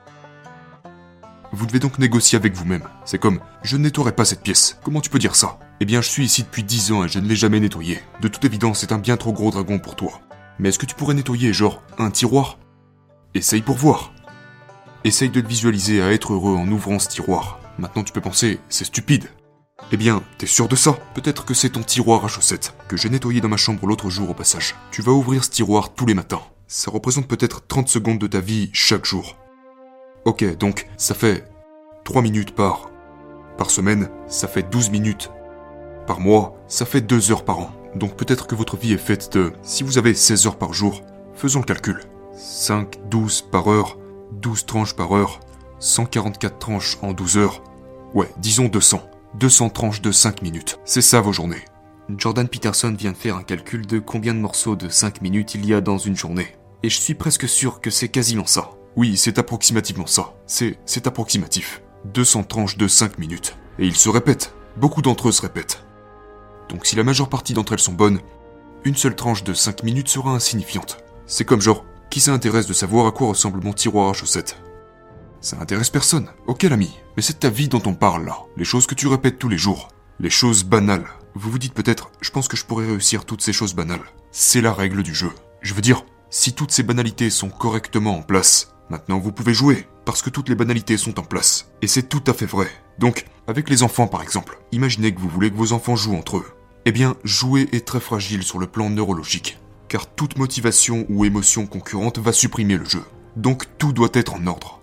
Vous devez donc négocier avec vous-même. C'est comme, je ne nettoierai pas cette pièce. Comment tu peux dire ça ? Eh bien, je suis ici depuis 10 ans et je ne l'ai jamais nettoyé. De toute évidence, c'est un bien trop gros dragon pour toi. Mais est-ce que tu pourrais nettoyer, genre, un tiroir ? Essaye pour voir. Essaye de te visualiser à être heureux en ouvrant ce tiroir. Maintenant, tu peux penser, c'est stupide. Eh bien, t'es sûr de ça ? Peut-être que c'est ton tiroir à chaussettes, que j'ai nettoyé dans ma chambre l'autre jour au passage. Tu vas ouvrir ce tiroir tous les matins. Ça représente peut-être 30 secondes de ta vie chaque jour. Ok, donc ça fait 3 minutes par semaine, ça fait 12 minutes par mois, ça fait 2 heures par an. Donc peut-être que votre vie est faite de... Si vous avez 16 heures par jour, faisons le calcul. 5, 12 par heure, 12 tranches par heure, 144 tranches en 12 heures. Ouais, disons 200. 200 tranches de 5 minutes. C'est ça vos journées. Jordan Peterson vient de faire un calcul de combien de morceaux de 5 minutes il y a dans une journée. Et je suis presque sûr que c'est quasiment ça. Oui, c'est approximativement ça. C'est approximatif. 200 tranches de 5 minutes. Et ils se répètent. Beaucoup d'entre eux se répètent. Donc si la majeure partie d'entre elles sont bonnes, une seule tranche de 5 minutes sera insignifiante. C'est comme genre, qui s'intéresse de savoir à quoi ressemble mon tiroir à chaussettes ? Ça intéresse personne. Ok l'ami, mais c'est de ta vie dont on parle là. Les choses que tu répètes tous les jours. Les choses banales. Vous vous dites peut-être, je pense que je pourrais réussir toutes ces choses banales. C'est la règle du jeu. Je veux dire, si toutes ces banalités sont correctement en place, maintenant vous pouvez jouer, parce que toutes les banalités sont en place. Et c'est tout à fait vrai. Donc, avec les enfants par exemple, imaginez que vous voulez que vos enfants jouent entre eux. Eh bien, jouer est très fragile sur le plan neurologique, car toute motivation ou émotion concurrente va supprimer le jeu. Donc tout doit être en ordre.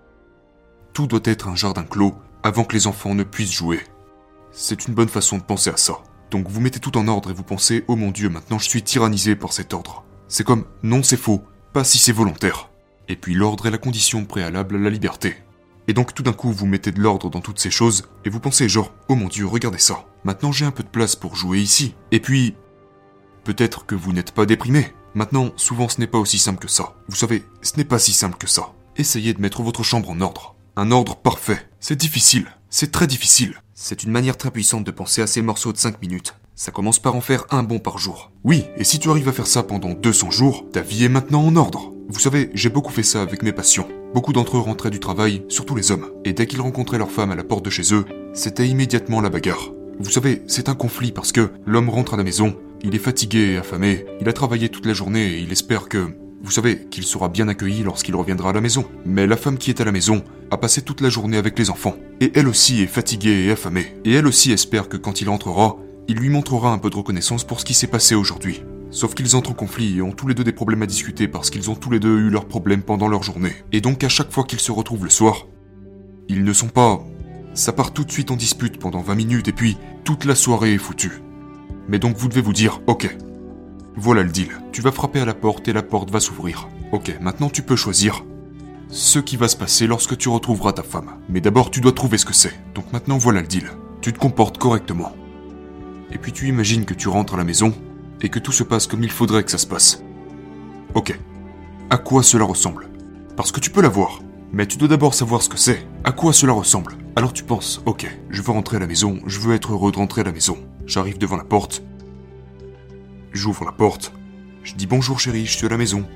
Tout doit être un jardin clos avant que les enfants ne puissent jouer. C'est une bonne façon de penser à ça. Donc vous mettez tout en ordre et vous pensez « Oh mon Dieu, maintenant je suis tyrannisé par cet ordre ». C'est comme « Non, c'est faux, pas si c'est volontaire ». Et puis l'ordre est la condition préalable à la liberté. Et donc tout d'un coup vous mettez de l'ordre dans toutes ces choses et vous pensez genre « Oh mon Dieu, regardez ça, maintenant j'ai un peu de place pour jouer ici ». Et puis, peut-être que vous n'êtes pas déprimé. Maintenant, souvent ce n'est pas aussi simple que ça. Vous savez, ce n'est pas si simple que ça. Essayez de mettre votre chambre en ordre. Un ordre parfait. C'est difficile. C'est très difficile. C'est une manière très puissante de penser à ces morceaux de 5 minutes. Ça commence par en faire un bon par jour. Oui, et si tu arrives à faire ça pendant 200 jours, ta vie est maintenant en ordre. Vous savez, j'ai beaucoup fait ça avec mes patients. Beaucoup d'entre eux rentraient du travail, surtout les hommes. Et dès qu'ils rencontraient leur femme à la porte de chez eux, c'était immédiatement la bagarre. Vous savez, c'est un conflit parce que l'homme rentre à la maison, il est fatigué et affamé, il a travaillé toute la journée et il espère que... Vous savez, qu'il sera bien accueilli lorsqu'il reviendra à la maison. Mais la femme qui est à la maison a passé toute la journée avec les enfants. Et elle aussi est fatiguée et affamée. Et elle aussi espère que quand il entrera, il lui montrera un peu de reconnaissance pour ce qui s'est passé aujourd'hui. Sauf qu'ils entrent en conflit et ont tous les deux des problèmes à discuter parce qu'ils ont tous les deux eu leurs problèmes pendant leur journée. Et donc à chaque fois qu'ils se retrouvent le soir, ils ne sont pas... Ça part tout de suite en dispute pendant 20 minutes et puis toute la soirée est foutue. Mais donc vous devez vous dire, ok, Voilà le deal. Tu vas frapper à la porte et la porte va s'ouvrir. Ok, maintenant tu peux choisir ce qui va se passer lorsque tu retrouveras ta femme. Mais d'abord, tu dois trouver ce que c'est. Donc maintenant, voilà le deal. Tu te comportes correctement. Et puis tu imagines que tu rentres à la maison et que tout se passe comme il faudrait que ça se passe. Ok. À quoi cela ressemble? Parce que tu peux la voir. Mais tu dois d'abord savoir ce que c'est. À quoi cela ressemble? Alors tu penses, ok, je veux rentrer à la maison, je veux être heureux de rentrer à la maison. J'arrive devant la porte. J'ouvre la porte. Je dis bonjour chérie, je suis à la maison.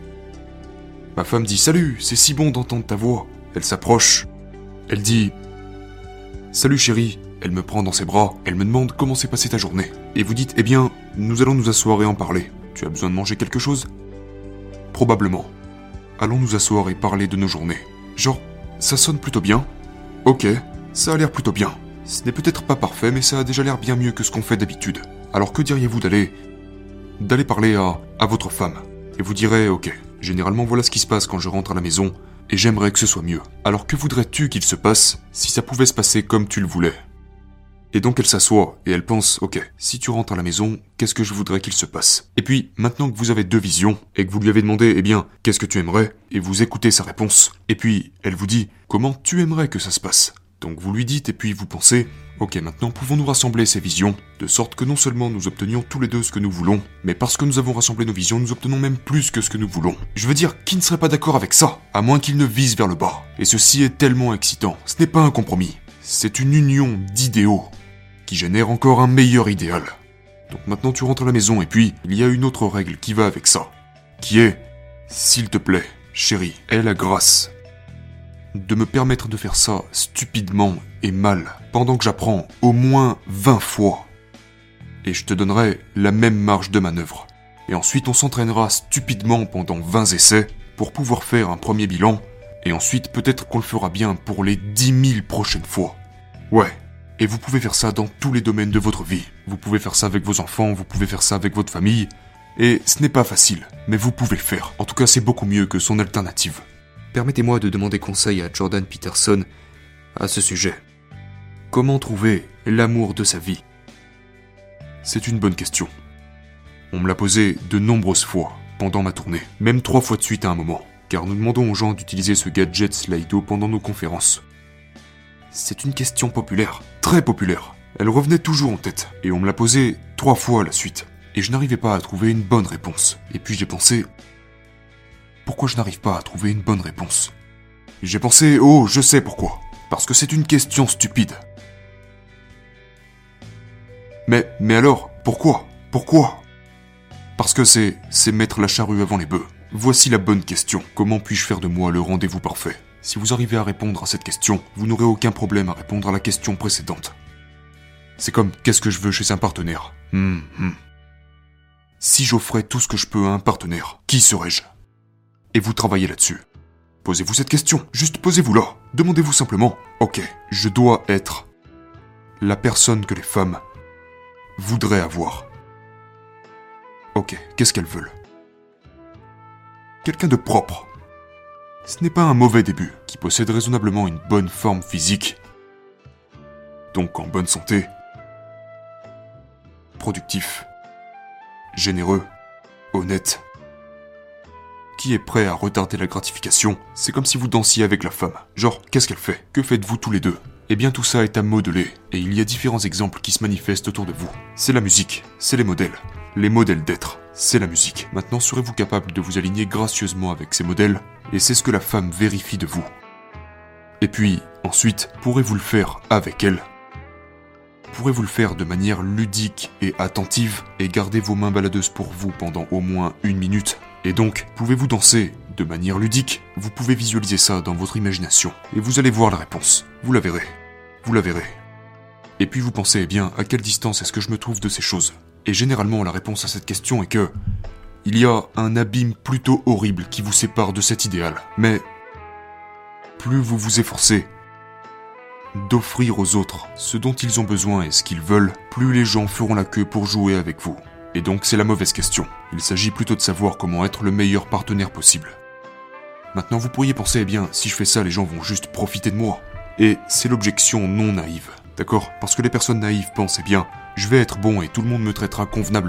Ma femme dit salut, c'est si bon d'entendre ta voix. Elle s'approche. Elle dit salut chérie. Elle me prend dans ses bras. Elle me demande comment s'est passée ta journée. Et vous dites, eh bien, nous allons nous asseoir et en parler. Tu as besoin de manger quelque chose? Probablement. Allons nous asseoir et parler de nos journées. Genre, ça sonne plutôt bien. Ok, ça a l'air plutôt bien. Ce n'est peut-être pas parfait, mais ça a déjà l'air bien mieux que ce qu'on fait d'habitude. Alors que diriez-vous d'aller parler à votre femme? Et vous direz, ok, généralement voilà ce qui se passe quand je rentre à la maison, et j'aimerais que ce soit mieux. Alors que voudrais-tu qu'il se passe si ça pouvait se passer comme tu le voulais? Et donc elle s'assoit, et elle pense, ok, si tu rentres à la maison, qu'est-ce que je voudrais qu'il se passe? Et puis, maintenant que vous avez deux visions, et que vous lui avez demandé, eh bien, qu'est-ce que tu aimerais? Et vous écoutez sa réponse. Et puis, elle vous dit, comment tu aimerais que ça se passe? Donc vous lui dites, et puis vous pensez, ok, maintenant pouvons-nous rassembler ces visions, de sorte que non seulement nous obtenions tous les deux ce que nous voulons, mais parce que nous avons rassemblé nos visions, nous obtenons même plus que ce que nous voulons. Je veux dire, qui ne serait pas d'accord avec ça? À moins qu'il ne vise vers le bas. Et ceci est tellement excitant. Ce n'est pas un compromis. C'est une union d'idéaux qui génère encore un meilleur idéal. Donc maintenant tu rentres à la maison et puis il y a une autre règle qui va avec ça, qui est, s'il te plaît, chérie, aie la grâce de me permettre de faire ça stupidement et mal pendant que j'apprends au moins 20 fois. Et je te donnerai la même marge de manœuvre. Et ensuite on s'entraînera stupidement pendant 20 essais pour pouvoir faire un premier bilan, et ensuite peut-être qu'on le fera bien pour les 10 000 prochaines fois. Ouais. Et vous pouvez faire ça dans tous les domaines de votre vie. Vous pouvez faire ça avec vos enfants, vous pouvez faire ça avec votre famille. Et ce n'est pas facile, mais vous pouvez le faire. En tout cas, c'est beaucoup mieux que son alternative. Permettez-moi de demander conseil à Jordan Peterson à ce sujet. Comment trouver l'amour de sa vie? C'est une bonne question. On me l'a posée de nombreuses fois pendant ma tournée, même 3 fois de suite à un moment, car nous demandons aux gens d'utiliser ce gadget Slido pendant nos conférences. C'est une question populaire, très populaire. Elle revenait toujours en tête, et on me l'a posée 3 fois à la suite. Et je n'arrivais pas à trouver une bonne réponse. Et puis j'ai pensé, pourquoi je n'arrive pas à trouver une bonne réponse? J'ai pensé, oh, je sais pourquoi. Parce que c'est une question stupide. Mais alors, pourquoi? Pourquoi? Parce que c'est mettre la charrue avant les bœufs. Voici la bonne question. Comment puis-je faire de moi le rendez-vous parfait? Si vous arrivez à répondre à cette question, vous n'aurez aucun problème à répondre à la question précédente. C'est comme, qu'est-ce que je veux chez un partenaire? Si j'offrais tout ce que je peux à un partenaire, qui serais-je? Et vous travaillez là-dessus. Posez-vous cette question, juste posez-vous-la. Demandez-vous simplement, ok, je dois être la personne que les femmes voudraient avoir. Ok, qu'est-ce qu'elles veulent? Quelqu'un de propre. Ce n'est pas un mauvais début, qui possède raisonnablement une bonne forme physique, donc en bonne santé, productif, généreux, honnête, qui est prêt à retarder la gratification. C'est comme si vous dansiez avec la femme. Genre, qu'est-ce qu'elle fait? Que faites-vous tous les deux? Eh bien tout ça est à modeler, et il y a différents exemples qui se manifestent autour de vous. C'est la musique, c'est les modèles d'être, c'est la musique. Maintenant serez-vous capable de vous aligner gracieusement avec ces modèles? Et c'est ce que la femme vérifie de vous. Et puis, ensuite, pourrez-vous le faire avec elle? Pourrez-vous le faire de manière ludique et attentive, et garder vos mains baladeuses pour vous pendant au moins 1 minute? Et donc, pouvez-vous danser de manière ludique? Vous pouvez visualiser ça dans votre imagination, et vous allez voir la réponse. Vous la verrez. Vous la verrez. Et puis vous pensez, eh bien, à quelle distance est-ce que je me trouve de ces choses? Et généralement, la réponse à cette question est que il y a un abîme plutôt horrible qui vous sépare de cet idéal. Mais plus vous vous efforcez d'offrir aux autres ce dont ils ont besoin et ce qu'ils veulent, plus les gens feront la queue pour jouer avec vous. Et donc c'est la mauvaise question. Il s'agit plutôt de savoir comment être le meilleur partenaire possible. Maintenant vous pourriez penser, eh bien, si je fais ça, les gens vont juste profiter de moi. Et c'est l'objection non naïve, d'accord? Parce que les personnes naïves pensent, eh bien, je vais être bon et tout le monde me traitera convenablement.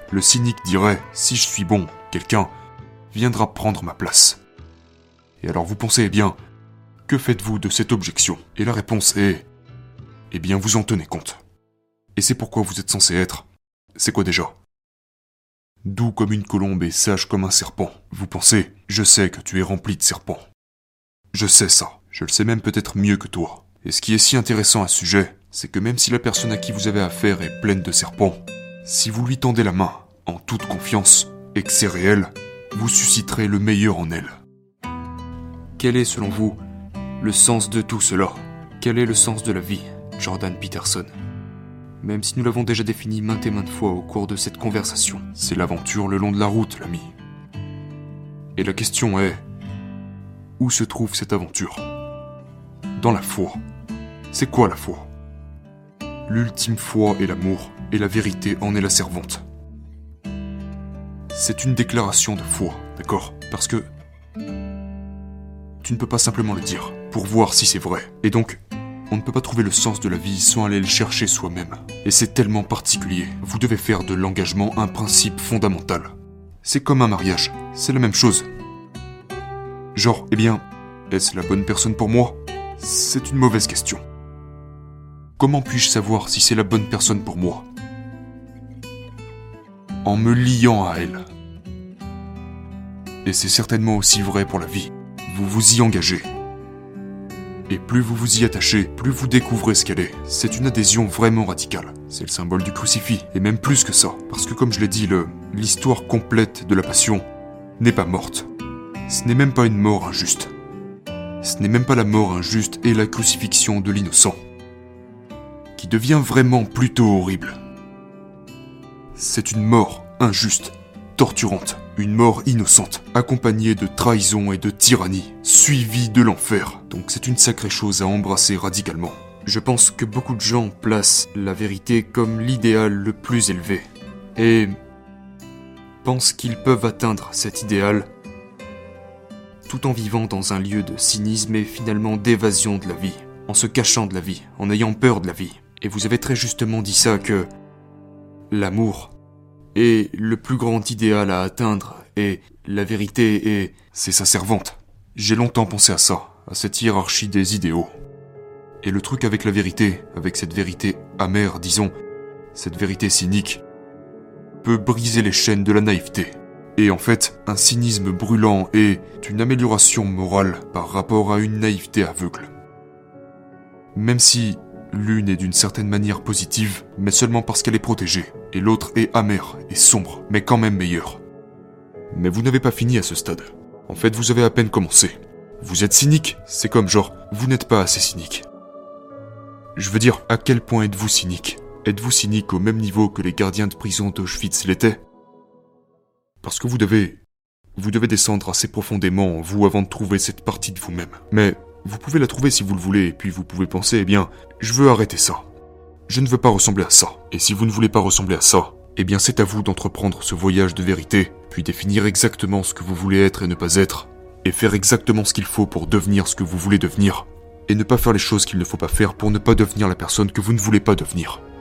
Le cynique dirait, si je suis bon, quelqu'un viendra prendre ma place. Et alors vous pensez, eh bien, que faites-vous de cette objection? Et la réponse est, eh bien vous en tenez compte. Et c'est pourquoi vous êtes censé être. C'est quoi déjà? Doux comme une colombe et sage comme un serpent. Vous pensez, je sais que tu es rempli de serpents. Je sais ça, je le sais même peut-être mieux que toi. Et ce qui est si intéressant à ce sujet, c'est que même si la personne à qui vous avez affaire est pleine de serpents, si vous lui tendez la main, en toute confiance, et que c'est réel, vous susciterez le meilleur en elle. Quel est, selon vous, le sens de tout cela? Quel est le sens de la vie, Jordan Peterson? Même si nous l'avons déjà défini maintes et maintes fois au cours de cette conversation, c'est l'aventure le long de la route, l'ami. Et la question est, où se trouve cette aventure? Dans la foi. C'est quoi la foi? L'ultime foi est l'amour, et la vérité en est la servante. C'est une déclaration de foi, d'accord? Parce que tu ne peux pas simplement le dire, pour voir si c'est vrai. Et donc, on ne peut pas trouver le sens de la vie sans aller le chercher soi-même. Et c'est tellement particulier, vous devez faire de l'engagement un principe fondamental. C'est comme un mariage, c'est la même chose. Genre, eh bien, est-ce la bonne personne pour moi? C'est une mauvaise question. Comment puis-je savoir si c'est la bonne personne pour moi? En me liant à elle. Et c'est certainement aussi vrai pour la vie. Vous vous y engagez. Et plus vous vous y attachez, plus vous découvrez ce qu'elle est. C'est une adhésion vraiment radicale. C'est le symbole du crucifix, et même plus que ça. Parce que comme je l'ai dit, l'histoire complète de la passion n'est pas morte. Ce n'est même pas une mort injuste. Ce n'est même pas la mort injuste et la crucifixion de l'innocent, qui devient vraiment plutôt horrible. C'est une mort injuste, torturante, une mort innocente, accompagnée de trahison et de tyrannie, suivie de l'enfer. Donc c'est une sacrée chose à embrasser radicalement. Je pense que beaucoup de gens placent la vérité comme l'idéal le plus élevé, et pensent qu'ils peuvent atteindre cet idéal tout en vivant dans un lieu de cynisme et finalement d'évasion de la vie, en se cachant de la vie, en ayant peur de la vie. Et vous avez très justement dit ça, que l'amour est le plus grand idéal à atteindre, et la vérité c'est sa servante. J'ai longtemps pensé à ça, à cette hiérarchie des idéaux. Et le truc avec la vérité, avec cette vérité amère, disons, cette vérité cynique, peut briser les chaînes de la naïveté. Et en fait, un cynisme brûlant est une amélioration morale par rapport à une naïveté aveugle. Même si l'une est d'une certaine manière positive, mais seulement parce qu'elle est protégée, et l'autre est amère et sombre, mais quand même meilleure. Mais vous n'avez pas fini à ce stade. En fait, vous avez à peine commencé. Vous êtes cynique, c'est comme genre, vous n'êtes pas assez cynique. Je veux dire, à quel point êtes-vous cynique? Êtes-vous cynique au même niveau que les gardiens de prison d'Auschwitz l'étaient? Parce que vous devez descendre assez profondément en vous avant de trouver cette partie de vous-même. Mais vous pouvez la trouver si vous le voulez, et puis vous pouvez penser, eh bien, je veux arrêter ça. Je ne veux pas ressembler à ça. Et si vous ne voulez pas ressembler à ça, eh bien c'est à vous d'entreprendre ce voyage de vérité, puis définir exactement ce que vous voulez être et ne pas être, et faire exactement ce qu'il faut pour devenir ce que vous voulez devenir, et ne pas faire les choses qu'il ne faut pas faire pour ne pas devenir la personne que vous ne voulez pas devenir.